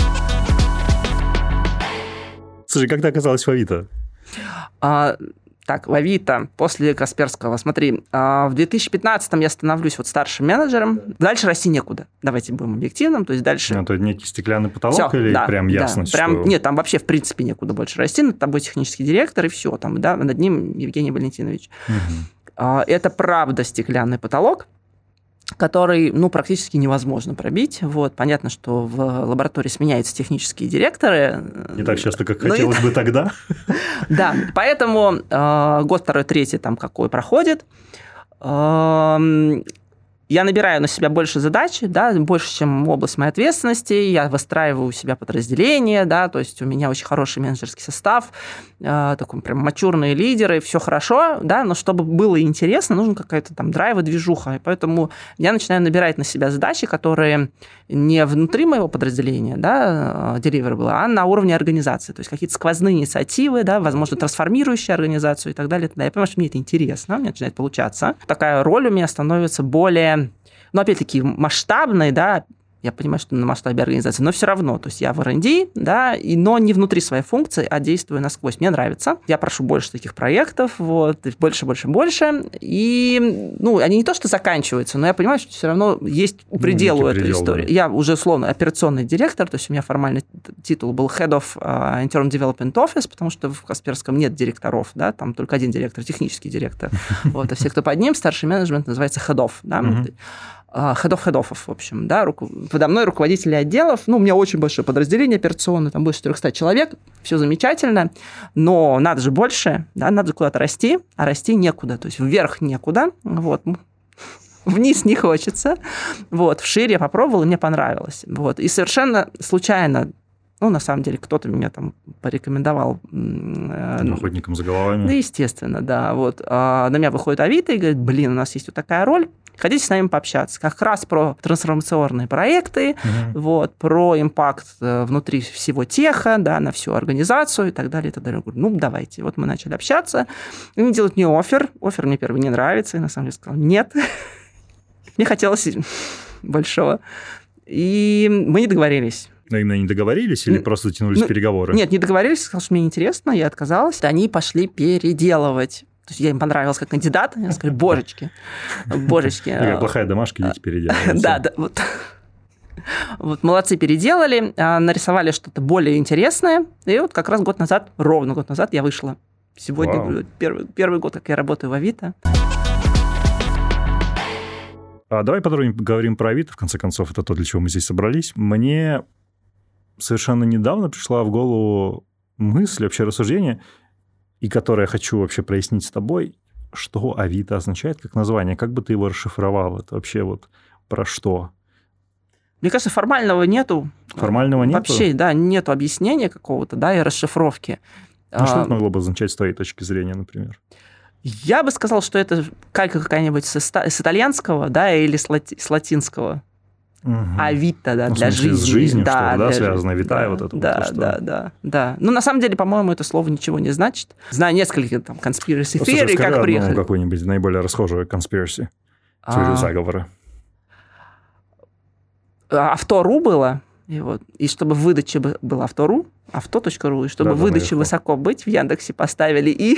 Слушай, как ты оказалась в Авито? А, так, в Авито после Касперского. Смотри, в две тысячи пятнадцатом я становлюсь вот старшим менеджером. Дальше расти некуда. Давайте будем объективным. То есть дальше... А, то это некий стеклянный потолок всё, или да, прям ясно? Да, прям, что... Нет, там вообще в принципе некуда больше расти. Над тобой технический директор и все. Там, да, над ним Евгений Валентинович. Угу. Это правда стеклянный потолок, который, ну, практически невозможно пробить. Вот. Понятно, что в лаборатории сменяются технические директоры. Не так часто, как хотелось бы тогда. Да, поэтому год, второй, третий там какой проходит. я набираю на себя больше задач, да, больше, чем область моей ответственности, я выстраиваю у себя подразделение, да, то есть у меня очень хороший менеджерский состав, э, такой прям мачурные лидеры, все хорошо, да, но чтобы было интересно, нужна какая-то там драйв и движуха, и поэтому я начинаю набирать на себя задачи, которые не внутри моего подразделения, да, deliverable, а на уровне организации, то есть какие-то сквозные инициативы, да, возможно, трансформирующие организацию и так далее. Я понимаю, что мне это интересно, мне начинает получаться. Такая роль у меня становится более, ну, опять-таки, масштабной, да, я понимаю, что на масштабе организации, но все равно, то есть я в ар энд ди, да, и, но не внутри своей функции, а действую насквозь. Мне нравится. Я прошу больше таких проектов, вот, больше, больше, больше. И, ну, они не то, что заканчиваются, но я понимаю, что все равно есть предел у этой предел, истории. Да. Я уже, условно, операционный директор, то есть у меня формальный титул был Head of uh, Internal Development Office, потому что в Касперском нет директоров, да, там только один директор, технический директор. Вот, а все, кто под ним, старший менеджмент называется Head of, да. Хедов хедофов, в общем, да, руку... подо мной руководители отделов, ну, у меня очень большое подразделение операционное, там больше четыреста человек, все замечательно, но надо же больше, да, надо куда-то расти, а расти некуда, то есть вверх некуда, вот, вниз не хочется, вот, вширь я попробовала, и мне понравилось, вот, и совершенно случайно, ну, на самом деле, кто-то меня там порекомендовал. Охотником за головами. Да, естественно, да. Вот. А на меня выходит Авито и говорит, блин, у нас есть вот такая роль, хотите с нами пообщаться? Как раз про трансформационные проекты, угу. вот, про импакт внутри всего теха, да, на всю организацию и так далее, и так далее. Я говорю, ну, давайте. Вот мы начали общаться. И они делают мне оффер. Оффер мне первый не нравится. И на самом деле сказал, нет. Мне хотелось большого. И мы не договорились. Но именно не договорились или просто затянулись ну, переговоры? Нет, не договорились, сказал, что мне неинтересно, я отказалась. Они пошли переделывать. То есть я им понравилась как кандидат, я сказала, божечки, божечки. Такая плохая домашка, идите переделывать. Да, да, вот. Вот, молодцы, переделали, нарисовали что-то более интересное, и вот как раз год назад, ровно год назад я вышла. Сегодня первый, первый год, как я работаю в Авито. А давай подробнее поговорим про Авито, в конце концов, это то, для чего мы здесь собрались. Мне совершенно недавно пришла в голову мысль, вообще рассуждение, и которое я хочу вообще прояснить с тобой, что Авито означает как название, как бы ты его расшифровал, это вообще вот про что? Мне кажется, формального нету. Формального нету? Вообще, да, нету объяснения какого-то, да, и расшифровки. Ну, что это могло бы означать с твоей точки зрения, например? Я бы сказал, что это калька какая-нибудь с, с итальянского, да, или с, лати, с латинского. Угу. Авито, да, ну, для жизни. С жизнью, да, что-то, да, связано, связано, витая, да, вот это да, вот. То, да, да, да. Ну, на самом деле, по-моему, это слово ничего не значит. Знаю несколько там conspiracy ну, theory, как одну, приехали. какую-нибудь наиболее расхожую conspiracy, теорию а... заговора. Авто.ру было, и, вот, и чтобы в выдаче было авто.ру, авто.ру, и чтобы да, в выдаче высоко быть, в Яндексе поставили и...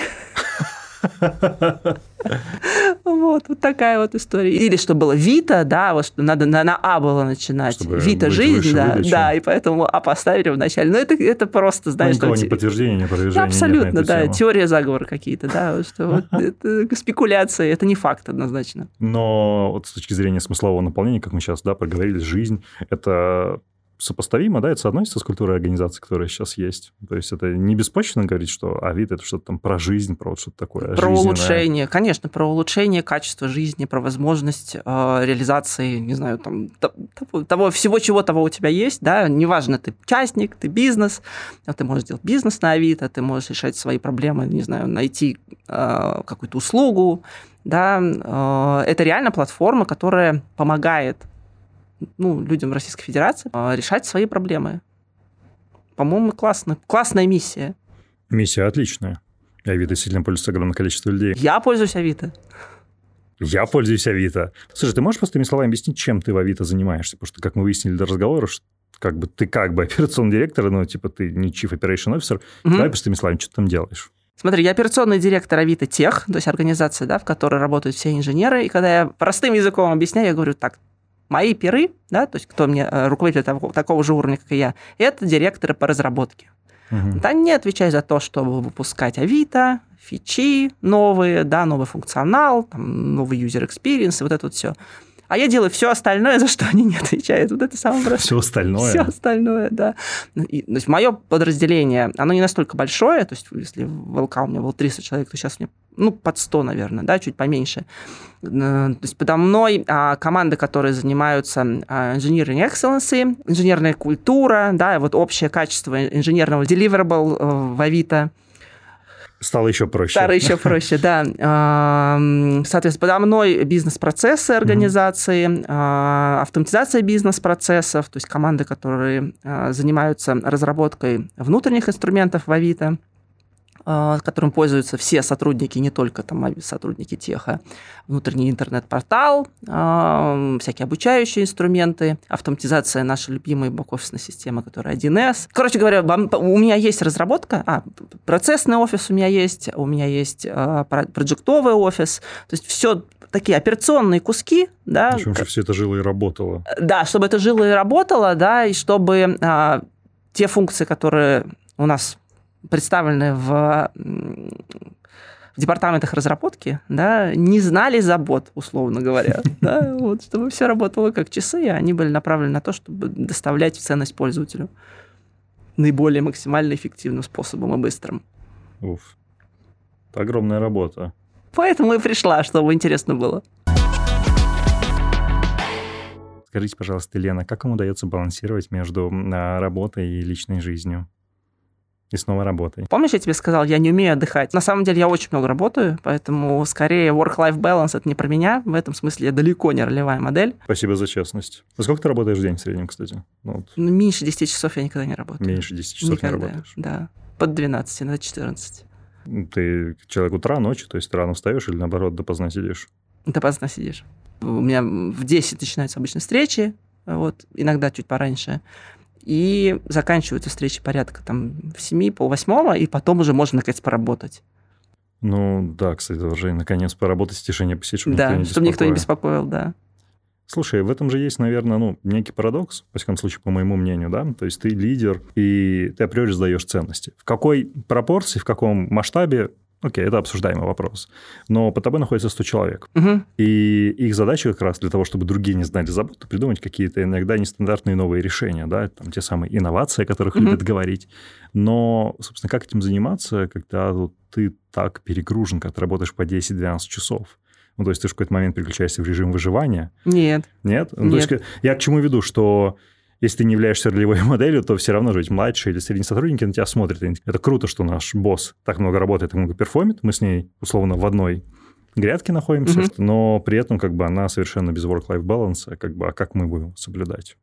Вот, вот такая вот история. Или что было Вита, да, вот что надо на, на А было начинать. Чтобы Вита жизнь, да, да, и поэтому А поставили вначале. Но это, это просто, знаешь, ну, что... ни подтверждения, ни опровержения. Абсолютно, нет да, тему. Теория заговора какие-то, да, что вот это спекуляции, это не факт однозначно. Но вот с точки зрения смыслового наполнения, как мы сейчас, да, проговорили, жизнь, это... сопоставимо, да, это соотносится с культурой организации, которая сейчас есть. То есть это не беспочвенно говорить, что Авито – это что-то там про жизнь, про вот что-то такое Про жизненное. улучшение, конечно, про улучшение качества жизни, про возможность э, реализации, не знаю, там, того, того, всего, чего того у тебя есть, да, неважно, ты участник, ты бизнес, ты можешь делать бизнес на Авито, ты можешь решать свои проблемы, не знаю, найти э, какую-то услугу, да, э, это реально платформа, которая помогает ну, людям в Российской Федерации решать свои проблемы. По-моему, классно. Классная миссия. Миссия отличная. Авито действительно пользуется огромное количество людей. Я пользуюсь Авито. Я пользуюсь Авито. Слушай, ты можешь простыми словами объяснить, чем ты в Авито занимаешься? Потому что, как мы выяснили до разговора, что как бы, ты как бы операционный директор, но типа ты не Chief Operation Officer. Mm-hmm. Давай простыми словами, что ты там делаешь? Смотри, я операционный директор Авито Тех, то есть организация, да, в которой работают все инженеры. И когда я простым языком объясняю, я говорю так, мои пиры, да, то есть кто мне руководитель того, такого же уровня, как и я, это директоры по разработке. Угу. Они отвечают за то, чтобы выпускать Авито, фичи новые, да, новый функционал, там, новый user experience, вот это вот все. а я делаю все остальное, за что они не отвечают. Вот это самое простое. Все остальное? Все остальное, да. И, то есть мое подразделение, оно не настолько большое, то есть если в эл ка у меня было триста человек, то сейчас у меня ну, под сто, наверное, да, чуть поменьше. То есть подо мной а, команды, которые занимаются а, engineering excellence, инженерная культура, да, вот общее качество инженерного deliverable в Авито. Стало еще проще. Стало еще проще, да. Соответственно, подо мной бизнес-процессы организации, mm-hmm. автоматизация бизнес-процессов, то есть команды, которые занимаются разработкой внутренних инструментов в Авито, которым пользуются все сотрудники, не только там сотрудники теха, внутренний интернет-портал, всякие обучающие инструменты, автоматизация нашей любимой бэк-офисной системы, которая один эс. Короче говоря, у меня есть разработка, а, процессный офис у меня есть, у меня есть проджектовый офис, то есть все такие операционные куски. Да, причем, чтобы все это жило и работало. Да, чтобы это жило и работало, да, и чтобы а, те функции, которые у нас представлены в, в департаментах разработки, да, не знали забот, условно говоря. Да, вот, чтобы все работало как часы, и они были направлены на то, чтобы доставлять ценность пользователю наиболее максимально эффективным способом и быстрым. Уф. Это огромная работа. Поэтому и пришла, чтобы интересно было. Скажите, пожалуйста, Лена, как вам удается балансировать между работой и личной жизнью? И снова работой. Помнишь, я тебе сказал, я не умею отдыхать? На самом деле я очень много работаю, поэтому скорее work-life balance – это не про меня. В этом смысле я далеко не ролевая модель. Спасибо за честность. А сколько ты работаешь в день в среднем, кстати? Ну, вот. Ну, меньше десяти часов я никогда не работаю. Меньше десяти часов никогда, не работаешь? Да. Под двенадцать, иногда четырнадцать. Ты человек утра, ночи, то есть ты рано встаешь или, наоборот, допоздна сидишь? Допоздна сидишь. У меня в десять начинаются обычно встречи, вот, иногда чуть пораньше. И заканчиваются встречи порядка там в семи, полвосьмого, и потом уже можно, наконец, поработать. Ну, да, кстати, уже наконец поработать в тишине, посидеть, чтобы да, никто не чтобы никто не беспокоил, да. Слушай, в этом же есть, наверное, ну, некий парадокс, во всяком случае, по моему мнению, да? То есть ты лидер, и ты априори сдаешь ценности. В какой пропорции, в каком масштабе, окей, это обсуждаемый вопрос. Но под тобой находится сто человек. Угу. И их задача как раз для того, чтобы другие не знали заботу, придумать какие-то иногда нестандартные новые решения, да, там те самые инновации, о которых угу. любят говорить. Но, собственно, как этим заниматься, когда вот, ты так перегружен, когда ты работаешь по десять-двенадцать часов? Ну, то есть ты в какой-то момент переключаешься в режим выживания? Нет. Нет? Ну, Нет. То есть я к чему веду, что если ты не являешься ролевой моделью, то все равно же ведь младшие или средние сотрудники на тебя смотрят. Это круто, что наш босс так много работает, так много перформит. Мы с ней, условно, в одной грядке находимся, mm-hmm. но при этом как бы она совершенно без work-life balance. Как бы, а как мы будем соблюдать?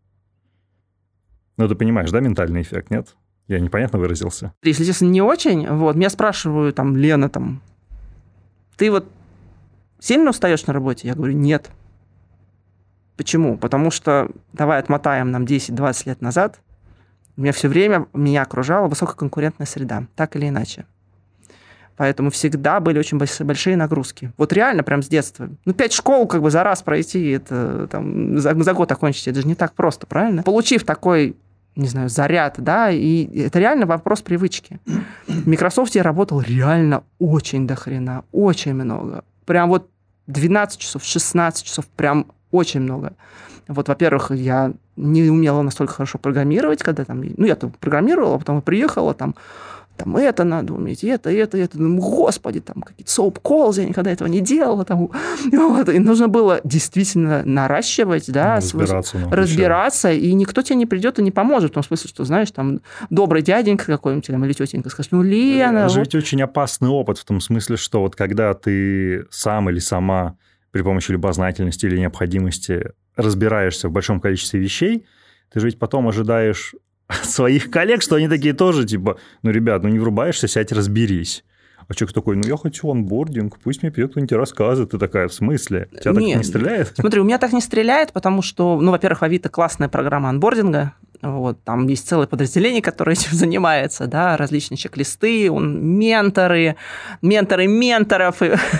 Ну, ты понимаешь, да, ментальный эффект, нет? Я непонятно выразился. Если честно, не очень. Вот, меня спрашивают, там, Лена, там, ты вот сильно устаешь на работе? Я говорю, нет. Почему? Потому что, давай отмотаем нам десять-двадцать лет назад, у меня все время, меня окружала высококонкурентная среда, так или иначе. Поэтому всегда были очень большие нагрузки. Вот реально прям с детства. Ну, пять школ как бы за раз пройти, это там, за, за год окончить, это же не так просто, правильно? Получив такой, не знаю, заряд, да, и это реально вопрос привычки. В Microsoft я работал реально очень дохрена, очень много. Прям вот двенадцать часов, шестнадцать часов, прям очень много. Вот, во-первых, я не умела настолько хорошо программировать, когда там... Ну, я там программировала, потом я приехала, там, там это надо уметь, это, это, это. Думаю, господи, там какие-то soap-calls, я никогда этого не делала. Там, вот, и нужно было действительно наращивать, да, разбираться, свой, разбираться, и никто тебе не придет и не поможет. В том смысле, что, знаешь, там добрый дяденька какой-нибудь там, или тетенька скажет, ну, Лена... Это же вот... ведь очень опасный опыт в том смысле, что вот когда ты сам или сама при помощи любознательности или необходимости разбираешься в большом количестве вещей, ты же ведь потом ожидаешь от своих коллег, что они такие тоже, типа, ну, ребят, ну, не врубаешься, сядь, разберись. А человек такой, ну, я хочу онбординг, пусть мне придет кто-нибудь рассказывает. Ты такая, в смысле? Тебя Нет. так не стреляет? Смотри, у меня так не стреляет, потому что, ну, во-первых, в Авито классная программа онбординга, вот, там есть целое подразделение, которое этим занимается, да, различные чек-листы, он, менторы, менторы менторов,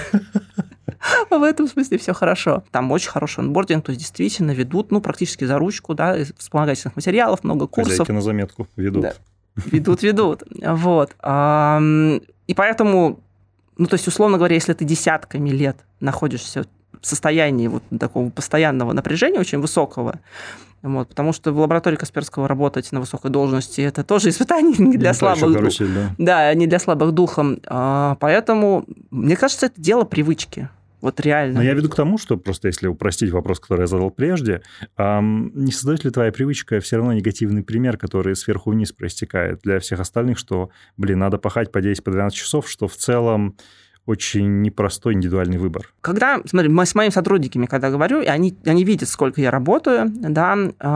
в этом смысле все хорошо. Там очень хороший онбординг, то есть действительно ведут, ну, практически за ручку, да, вспомогательных материалов, много курсов. Хозяйки на заметку ведут. Да. Ведут, ведут. Вот. И поэтому, ну, то есть, условно говоря, если ты десятками лет находишься состоянии вот такого постоянного напряжения, очень высокого. Вот, потому что в лаборатории Касперского работать на высокой должности – это тоже испытание не для, слабых, карусель, да. Да, не для слабых духом. Поэтому, мне кажется, это дело привычки. Вот реально. Но я веду к тому, что просто если упростить вопрос, который я задал прежде, эм, не создает ли твоя привычка все равно негативный пример, который сверху вниз проистекает для всех остальных, что, блин, надо пахать по десять-двенадцать часов, что в целом очень непростой индивидуальный выбор. Когда, смотри, мы с моими сотрудниками, когда говорю, и они, они видят, сколько я работаю, да,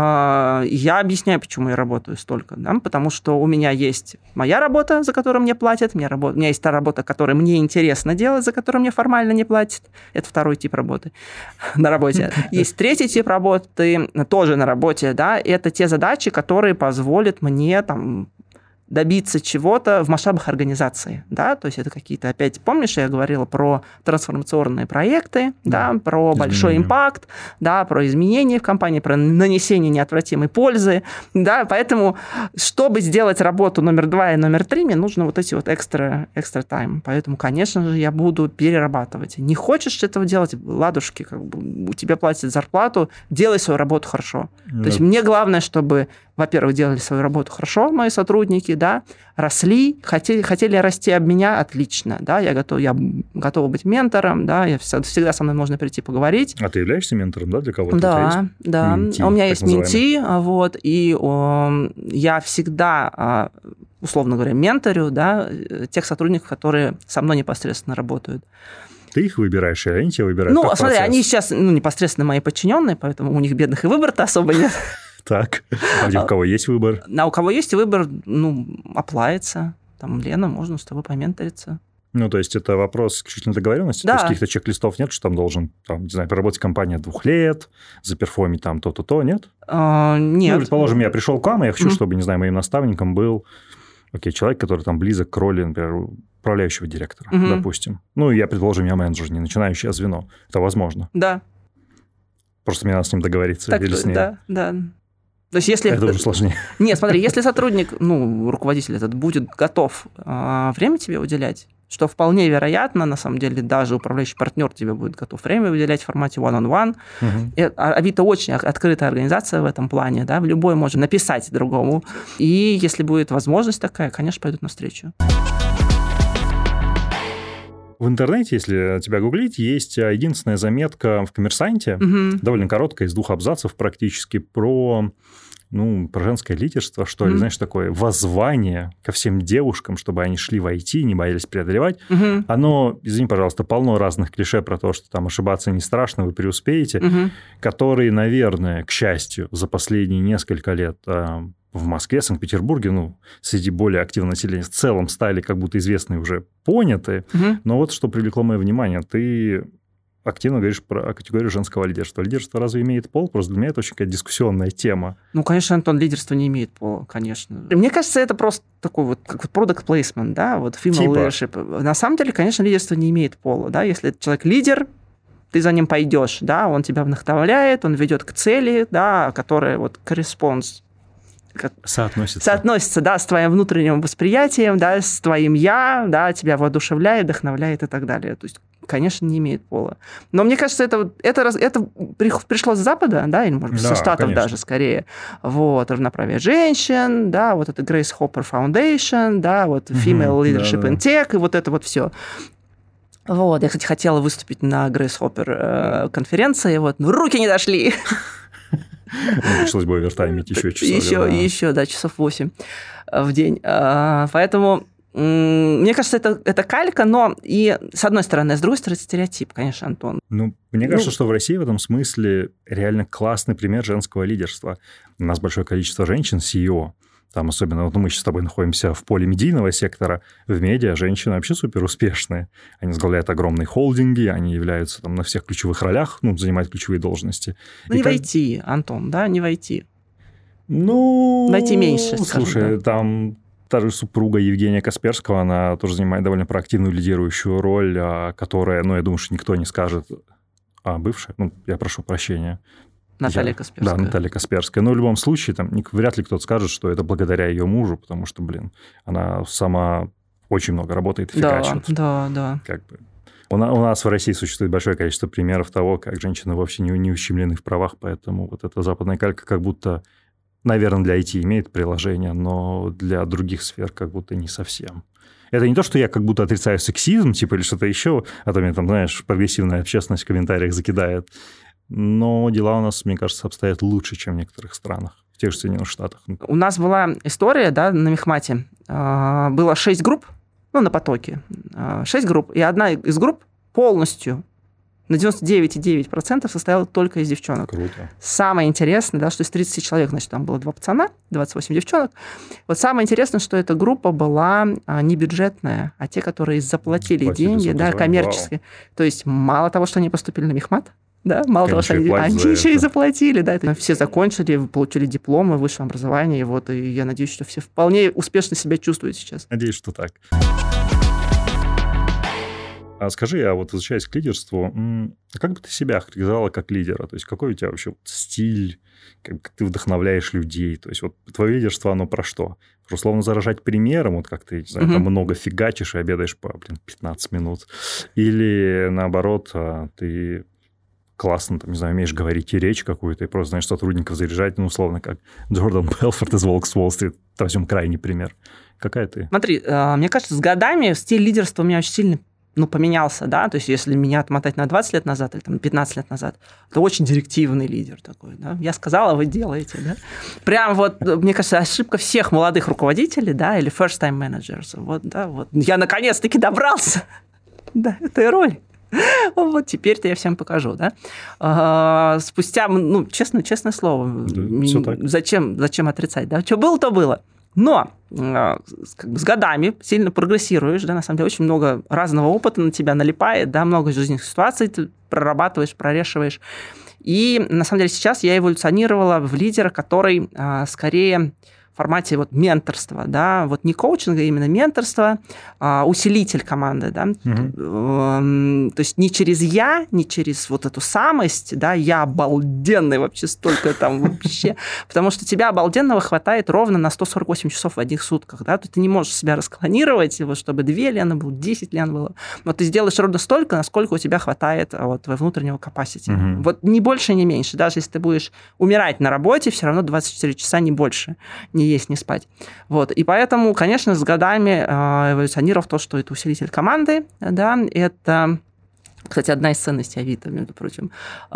э, я объясняю, почему я работаю столько, да, потому что у меня есть моя работа, за которую мне платят, у меня, работа, у меня есть та работа, которую мне интересно делать, за которую мне формально не платят. Это второй тип работы на работе. Есть третий тип работы, тоже на работе, да, это те задачи, которые позволят мне там добиться чего-то в масштабах организации, да, то есть это какие-то, опять, помнишь, я говорила про трансформационные проекты, да, да про изменения. Большой импакт, да, про изменения в компании, про нанесение неотвратимой пользы, да, поэтому, чтобы сделать работу номер два и номер три, мне нужно вот эти вот экстра, экстра тайм, поэтому, конечно же, я буду перерабатывать. Не хочешь этого делать, ладушки, как бы, у тебя платят зарплату, делай свою работу хорошо. Да. То есть мне главное, чтобы, во-первых, делали свою работу хорошо, мои сотрудники, да, росли, хотели, хотели расти об меня, отлично, да, я готов, я готова быть ментором, да, я всегда со мной можно прийти поговорить. А ты являешься ментором, да, для кого-то? Да, да, менти, у меня есть менти, вот, и о, я всегда, условно говоря, менторю, да, тех сотрудников, которые со мной непосредственно работают. Ты их выбираешь, или они тебя выбирают? Ну, как смотри, процесс? Они сейчас ну, непосредственно мои подчиненные, поэтому у них бедных и выбора-то особо нет. Так, а у кого есть выбор? А у кого есть выбор, ну, оплавится. Там, Лена, можно с тобой поменториться. Ну, то есть это вопрос исключительно договоренности? Да. То есть каких-то чек-листов нет, что там должен, там, не знаю, проработать компания двух лет, заперформить там то-то-то, нет? А, нет. Ну, предположим, я пришел к вам, и я хочу, mm-hmm. чтобы, не знаю, моим наставником был, окей, человек, который там близок к роли, например, управляющего директора, mm-hmm. допустим. Ну, я, предположим, я менеджер, не начинающее звено. Это возможно. Да. Просто мне надо с ним договориться так, или с ней. Да, да. То есть, если... Это уже сложнее. Нет, смотри, если сотрудник, ну, руководитель этот будет готов э, время тебе уделять, что вполне вероятно, на самом деле, даже управляющий партнер тебе будет готов время уделять в формате one-on-one. Угу. Авито очень открытая организация в этом плане, да, любой может написать другому. И если будет возможность такая, конечно, пойдут навстречу. В интернете, если тебя гуглить, есть единственная заметка в «Коммерсанте», угу. довольно короткая, из двух абзацев практически, про, ну, про женское лидерство, что ли, угу. знаешь, такое воззвание ко всем девушкам, чтобы они шли в ай ти, не боялись преодолевать. Угу. Оно, извини, пожалуйста, полно разных клише про то, что там ошибаться не страшно, вы преуспеете, угу. которые, наверное, к счастью, за последние несколько лет... в Москве, Санкт-Петербурге, ну, среди более активного населения в целом стали как будто известны уже поняты. Угу. Но вот что привлекло мое внимание, ты активно говоришь про категорию женского лидерства. Лидерство разве имеет пол? Просто для меня это очень какая-то дискуссионная тема. Ну, конечно, Антон, лидерство не имеет пола, конечно. Мне кажется, это просто такой вот как product placement, да, вот female типа. leadership. На самом деле, конечно, лидерство не имеет пола, да, если человек лидер, ты за ним пойдешь, да, он тебя вдохновляет, он ведет к цели, да, которая вот corresponds Соотносится. Соотносится, да, с твоим внутренним восприятием, да, с твоим «я», да, тебя воодушевляет, вдохновляет и так далее. То есть, конечно, не имеет пола. Но мне кажется, это, это, это пришло с Запада, да, или, может быть, да, со Штатов конечно. Даже скорее. Вот, равноправие женщин, да, вот это Grace Hopper Foundation, да, вот Female Leadership да, in Tech, и вот это вот все. Вот, я, кстати, хотела выступить на Grace Hopper конференции, вот, но руки не дошли. Пришлось бы овертаймить еще часов. Еще, да. еще, да, часов восемь в день. Поэтому, мне кажется, это, это калька, но и с одной стороны, а с другой стороны, стереотип, конечно, Антон. Ну, мне кажется, ну, что в России в этом смысле реально классный пример женского лидерства. У нас большое количество женщин си и о. Там особенно, вот мы сейчас с тобой находимся в поле медийного сектора, в медиа женщины вообще супер успешные. Они возглавляют огромные холдинги, они являются там на всех ключевых ролях, ну, занимают ключевые должности. Ну, не как... в ай ти, Антон, да, не в ай ти. Ну... В ай ти меньше, слушай, скажем, да. Там та же супруга Евгения Касперского, она тоже занимает довольно проактивную лидирующую роль, которая, ну, я думаю, что никто не скажет... А, бывшая? Ну, я прошу прощения. Наталья я, Касперская. Да, Наталья Касперская. Но в любом случае, там, вряд ли кто-то скажет, что это благодаря ее мужу, потому что, блин, она сама очень много работает и фигачит. Да, да, да. Как бы. У, на, у нас в России существует большое количество примеров того, как женщины вообще не, не ущемлены в правах, поэтому вот эта западная калька как будто, наверное, для ай ти имеет приложение, но для других сфер как будто не совсем. Это не то, что я как будто отрицаю сексизм, типа, или что-то еще, а то мне там, знаешь, прогрессивная общественность в комментариях закидает. Но дела у нас, мне кажется, обстоят лучше, чем в некоторых странах, в тех же Соединенных Штатах. У нас была история, да, на Мехмате. Было шесть групп, ну, на потоке. Шесть групп, и одна из групп полностью на девяносто девять целых девять десятых процента состояла только из девчонок. Круто. Самое интересное, да, что из тридцати человек, значит, там было два пацана, двадцать восемь девчонок. Вот самое интересное, что эта группа была не бюджетная, а те, которые заплатили Платили деньги, да, коммерческие. Вау. То есть мало того, что они поступили на Мехмат, да, мало Конечно, того, что они, они еще и заплатили, да, это все закончили, получили дипломы, высшее образование, и вот, и я надеюсь, что все вполне успешно себя чувствуют сейчас. Надеюсь, что так. А скажи, а вот возвращаясь к лидерству, как бы ты себя характеризовала как лидера? То есть какой у тебя вообще стиль, как ты вдохновляешь людей? То есть вот твое лидерство, оно про что? Про условно заражать примером, вот как ты, не знаю, mm-hmm. там много фигачишь и обедаешь по, блин, пятнадцать минут? Или наоборот, ты классно, там, не знаю, умеешь говорить и речь какую-то, и просто, знаешь, сотрудников заряжать, ну, условно, как Джордан Белфорд из «Волк с Уолл-стрит», возьмем крайний пример. Какая ты? Смотри, мне кажется, с годами стиль лидерства у меня очень сильно ну, поменялся, да, то есть если меня отмотать на двадцать лет назад или там, пятнадцать лет назад, это очень директивный лидер такой, да, я сказала, вы делаете, да. Прям вот, мне кажется, ошибка всех молодых руководителей, да, или first-time managers, вот, да, вот, я наконец-таки добрался до этой роли. Вот теперь-то я всем покажу, да. А, спустя, ну, честно, честное слово, да, зачем, зачем отрицать, да, что было, то было. Но как бы, с годами сильно прогрессируешь, да, на самом деле очень много разного опыта на тебя налипает, да, много жизненных ситуаций ты прорабатываешь, прорешиваешь. И на самом деле сейчас я эволюционировала в лидера, который а, скорее в формате вот менторства, да, вот не коучинга, а именно менторства, а, усилитель команды, да, угу. То есть не через я, не через вот эту самость, да, я обалденный вообще столько там вообще, потому что тебя обалденного хватает ровно на сто сорок восемь часов в одних сутках, да, то ты не можешь себя расклонировать, чтобы две лены было, десять лен было, но ты сделаешь ровно столько, насколько у тебя хватает вот твоего внутреннего capacity. Угу. Вот ни больше, ни меньше, даже если ты будешь умирать на работе, все равно двадцать четыре часа, не больше, не есть, не спать. Вот. И поэтому, конечно, с годами эволюционировав то, что это усилитель команды, да, это, кстати, одна из ценностей Авито, между прочим,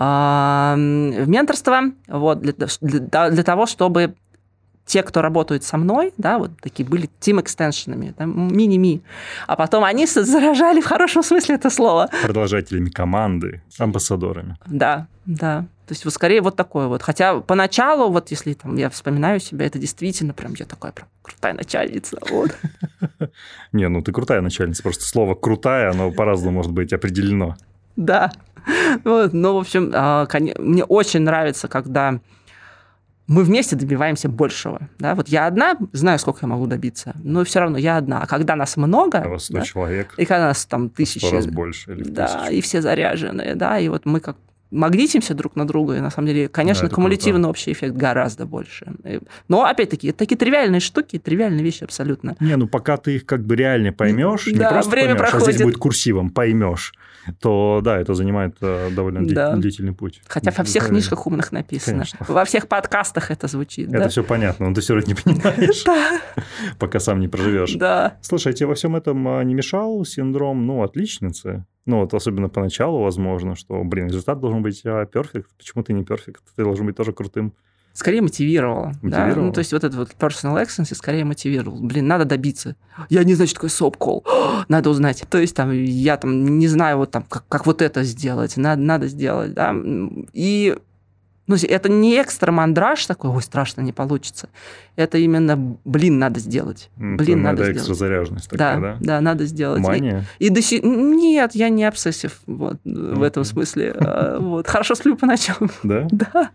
в менторство, вот, для, для, для того, чтобы те, кто работают со мной, да, вот такие были team-экстеншенами, да, мини-ми, а потом они заражали в хорошем смысле это слово. Продолжателями команды, амбассадорами. Да, да. То есть вот скорее вот такое вот. Хотя поначалу, вот если там, я вспоминаю себя, это действительно прям я такая прям крутая начальница. Вот. Не, ну ты крутая начальница, просто слово «крутая», оно по-разному может быть определено. Да. Вот, ну, в общем, мне очень нравится, когда мы вместе добиваемся большего. Да? Вот я одна, знаю, сколько я могу добиться, но все равно я одна. А когда нас много... А вас сто да, человек. И когда нас там тысячи... сто раз больше или да, тысячу. И все заряженные, да, и вот мы как магнитимся друг на друга, и на самом деле, конечно, да, кумулятивный круто. Общий эффект гораздо больше. Но, опять-таки, это такие тривиальные штуки, тривиальные вещи абсолютно. Не, ну пока ты их как бы реально поймешь, да, не просто время поймешь, проходит. А здесь будет курсивом, поймешь, то да, это занимает э, довольно да. длительный путь. Хотя во всех правильно. Книжках умных написано. Конечно. Во всех подкастах это звучит. Это да? все понятно, но ты все равно не понимаешь, пока сам не проживешь. Да. Слушай, а тебе во всем этом не мешал синдром, ну, отличницы? Ну, вот особенно поначалу, возможно, что, блин, результат должен быть перфект. Почему ты не перфект? Ты должен быть тоже крутым. Скорее мотивировало. Мотивировало? Да? Ну, то есть вот этот вот personal excellence скорее мотивировал. Блин, надо добиться. Я не знаю, что такое соп-колл. Надо узнать. То есть там я там не знаю, вот там, как, как вот это сделать. Надо, надо сделать. Да? И ну, это не экстра мандраж такой, ой, страшно, не получится. Это именно, блин, надо сделать. Блин, надо, надо экстра заряженность такая, да? Да, да, надо сделать. Мания? И, и до сих... Нет, я не обсессив вот, okay. в этом смысле. Вот. Хорошо сплю по ночам. Да? Да.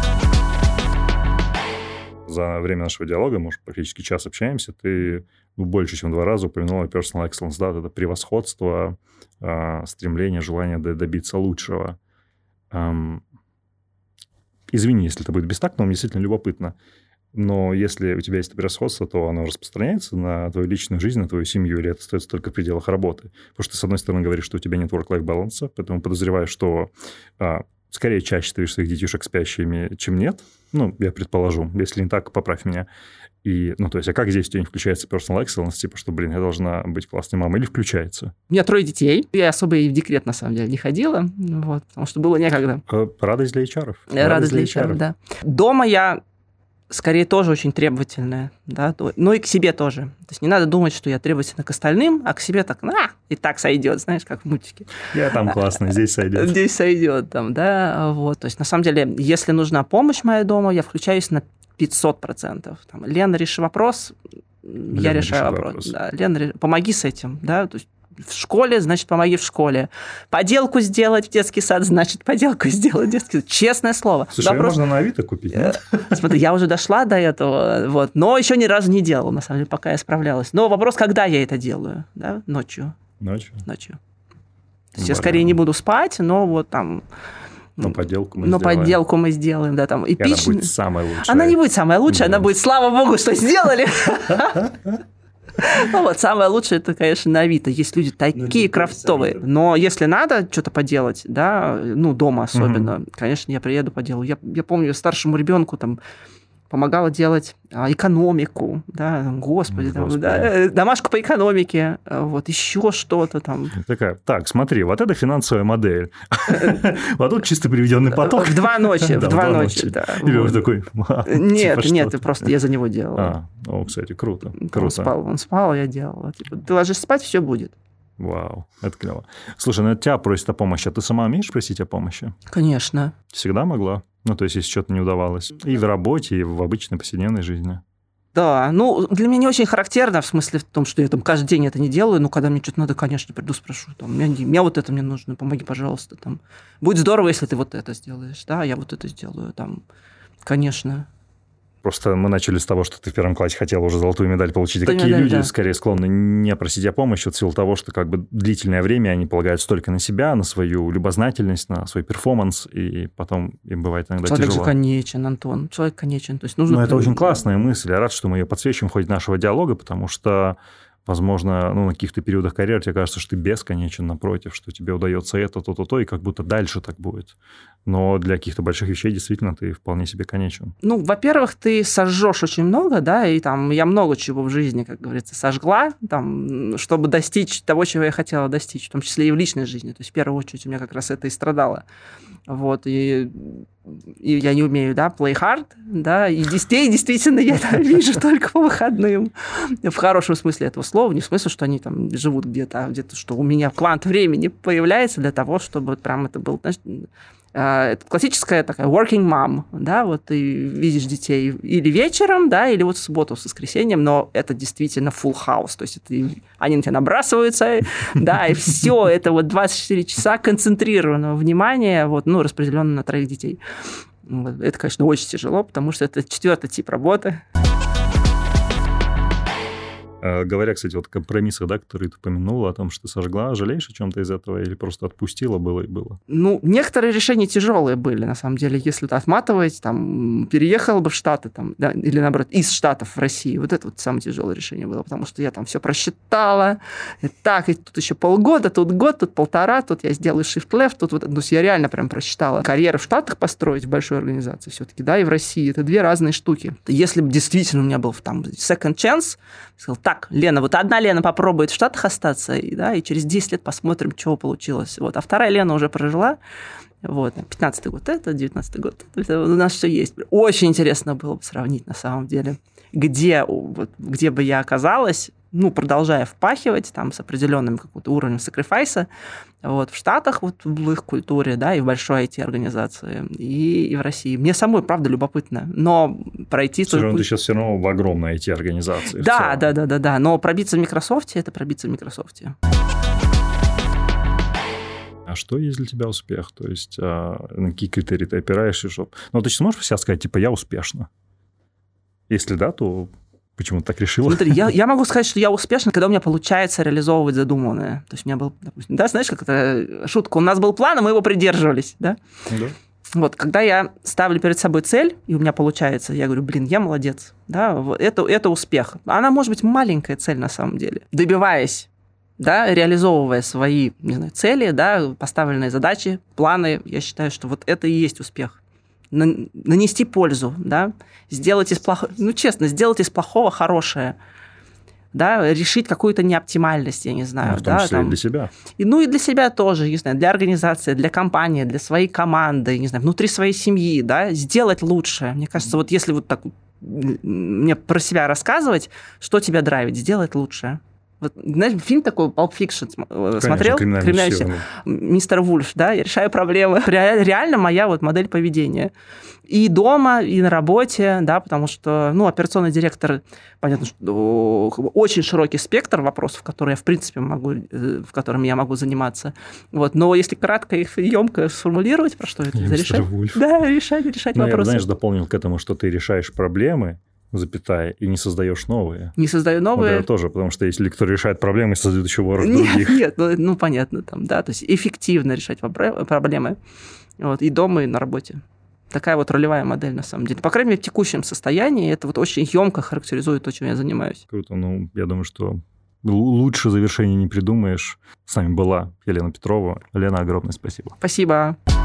За время нашего диалога, мы уже практически час общаемся, ты больше, чем два раза упомянула personal excellence, да, это превосходство, стремление, желание добиться лучшего. Извини, если это будет бестактно, но мне действительно любопытно. Но если у тебя есть превосходство, то оно распространяется на твою личную жизнь, на твою семью, или это остается только в пределах работы? Потому что ты, с одной стороны, говоришь, что у тебя нет work-life баланса, поэтому подозреваю, что а, скорее чаще ты видишь своих детишек спящими, чем нет. Ну, я предположу. Если не так, поправь меня. И, ну, то есть, а как здесь у тебя не включается personal excellence, типа, что, блин, я должна быть классной мамой, или включается? У меня трое детей. Я особо и в декрет, на самом деле, не ходила, вот, потому что было некогда. Радость для эйч ар. Радость, Радость для эйч ар, да. Дома я скорее тоже очень требовательная, да, ну и к себе тоже. То есть не надо думать, что я требовательна к остальным, а к себе так, а, и так сойдет, знаешь, как в мультике. Я там классный, здесь сойдет. Здесь сойдет, там, да, вот. То есть на самом деле, если нужна помощь моя дома, я включаюсь на пятьсот процентов. Там, Лена, реши вопрос, Лена, я решаю вопрос. вопрос. Да, Лена, помоги с этим, да, то есть в школе, значит, помоги в школе. Поделку сделать в детский сад, значит, поделку сделать в детский сад. Честное слово. Слушай, вопрос... можно на Авито купить, нет? Смотри, я уже дошла до этого, вот, но еще ни разу не делала, на самом деле, пока я справлялась. Но вопрос, когда я это делаю, да, ночью. Ночью? Ночью. То есть я скорее не буду спать, но вот там... Но поделку мы Но сделаем. подделку мы сделаем, да, там эпично. И она будет самая лучшая. Она не будет самая лучшая, да. Она будет, слава богу, что сделали. Ну вот, самое лучшее, это, конечно, на Авито. Есть люди такие крафтовые. Но если надо что-то поделать, да, ну, дома особенно, конечно, я приеду поделаю. Я, я помню, старшему ребенку там помогала делать экономику, да, господи, Господи. Там, да, домашку по экономике, вот, еще что-то там. Такая, так, смотри, вот это финансовая модель, вот тут чисто приведенный поток. В два ночи, в два ночи, да. Или он такой... Нет, нет, просто я за него делала. А, о, кстати, круто. Он спал, он спал, я делала. Ты ложишься спать, все будет. Вау, это клево. Слушай, ну тебя просят о помощи, а ты сама умеешь просить о помощи? Конечно. Всегда могла? Ну, то есть, если что-то не удавалось. И в работе, и в обычной повседневной жизни. Да, ну, для меня не очень характерно, в смысле в том, что я там каждый день это не делаю, но когда мне что-то надо, конечно, приду, спрошу, там, мне, мне вот это мне нужно, помоги, пожалуйста, там. Будет здорово, если ты вот это сделаешь, да, я вот это сделаю, там, конечно. Просто мы начали с того, что ты в первом классе хотела уже золотую медаль получить. И Золотую какие медаль, люди да. скорее склонны не просить о помощи в силу того, что как бы длительное время они полагают столько на себя, на свою любознательность, на свой перформанс, и потом им бывает иногда Человек тяжело. Человек же конечен, Антон. Человек конечен. То есть нужно... Ну, это очень классная мысль. Я рад, что мы ее подсвечиваем в ходе нашего диалога, потому что, возможно, ну, на каких-то периодах карьеры тебе кажется, что ты бесконечен, напротив, что тебе удается это, то-то, то, и как будто дальше так будет. Но для каких-то больших вещей действительно ты вполне себе конечен. Ну, во-первых, ты сожжешь очень много, да, и там я много чего в жизни, как говорится, сожгла, там, чтобы достичь того, чего я хотела достичь, в том числе и в личной жизни. То есть, в первую очередь, у меня как раз это и страдало. Вот, и, и я не умею, да, play hard, да, и детей действительно я это вижу только по выходным. В хорошем смысле этого слова, не в смысле, что они там живут где-то, а где-то, что у меня квант времени появляется для того, чтобы прям это был, знаешь, это классическая такая working mom, да, вот ты видишь детей или вечером, да, или вот в субботу, в воскресеньем, но это действительно full house, то есть это, они на тебя набрасываются, да, и все, это вот двадцать четыре часа концентрированного внимания, вот, ну, распределенного на троих детей. Это, конечно, очень тяжело, потому что это четвертый тип работы. Говоря, кстати, вот о компромиссах, да, которые ты упомянула, о том, что ты сожгла, жалеешь о чем-то из этого или просто отпустила, было и было? Ну, некоторые решения тяжелые были, на самом деле, если ты отматывать, там, переехал бы в Штаты, там, да, или, наоборот, из Штатов в Россию, вот это вот самое тяжелое решение было, потому что я там все просчитала, и так, и тут еще полгода, тут год, тут полтора, тут я сделаю shift-left, тут вот, ну, я реально прям просчитала. Карьеру в Штатах построить в большой организации все-таки, да, и в России, это две разные штуки. Если бы действительно у меня был там second chance, сказал, так, Лена, вот одна Лена попробует в Штатах остаться, и, да, и через десять лет посмотрим, чего получилось. Вот. А вторая Лена уже прожила. Вот. пятнадцатый год это, девятнадцатый год это. У нас все есть. Очень интересно было бы сравнить на самом деле, где, вот, где бы я оказалась, ну, продолжая впахивать там, с определенным каким-то уровнем сакрифайса, вот, в Штатах, вот, в их культуре, да, и в большой ай ти-организации, и, и в России. Мне самой, правда, любопытно, но пройти... Все равно ты сейчас все равно в огромной ай ти-организации. Да, да, да, да, да, но пробиться в Microsoft – это пробиться в Microsoft. А что есть для тебя успех? То есть, на какие критерии ты опираешься? Чтобы... Ну, ты сейчас можешь себя сказать, типа, я успешна? Если да, то... Почему ты так решила? Смотри, я, я могу сказать, что я успешна, когда у меня получается реализовывать задуманное. То есть у меня был, допустим, да, знаешь, как это шутка, у нас был план, а мы его придерживались, да? Да. Вот, когда я ставлю перед собой цель, и у меня получается, я говорю, блин, я молодец, да, вот это, это успех. Она может быть маленькая цель на самом деле. Добиваясь, да, реализовывая свои, не знаю, цели, да, поставленные задачи, планы, я считаю, что вот это и есть успех. Нанести пользу, да, сделать из плохого, ну, честно, сделать из плохого хорошее, да, решить какую-то неоптимальность, я не знаю. Ну, в том да, числе там, и для себя. И, ну, и для себя тоже, не знаю, для организации, для компании, для своей команды, не знаю, внутри своей семьи, да, сделать лучше. Мне кажется, вот если вот так мне про себя рассказывать, что тебя драйвит, сделать лучше. Вот, знаешь, фильм такой Pulp Fiction смотрел? Конечно, криминальный сила. Мистер Вульф, да, я решаю проблемы. Реально моя вот модель поведения. И дома, и на работе, да, потому что, ну, операционный директор, понятно, что очень широкий спектр вопросов, которые я, в принципе, могу, в которыми я могу заниматься. Вот. Но если кратко и емко сформулировать, про что это? Мистер Вульф. Да, решать, решать ну, вопросы. Я, знаешь, дополнил к этому, что ты решаешь проблемы, запятая, и не создаешь новые. Не создаю новые. Вот это тоже, потому что если кто решает проблемы, создает еще ворох нет, других. Нет, ну, ну понятно, там, да, то есть эффективно решать проблемы вот, и дома, и на работе. Такая вот ролевая модель, на самом деле. По крайней мере, в текущем состоянии это вот очень емко характеризует то, чем я занимаюсь. Круто. Ну, я думаю, что лучше завершения не придумаешь. С нами была Елена Петрова. Лена, огромное спасибо. Спасибо.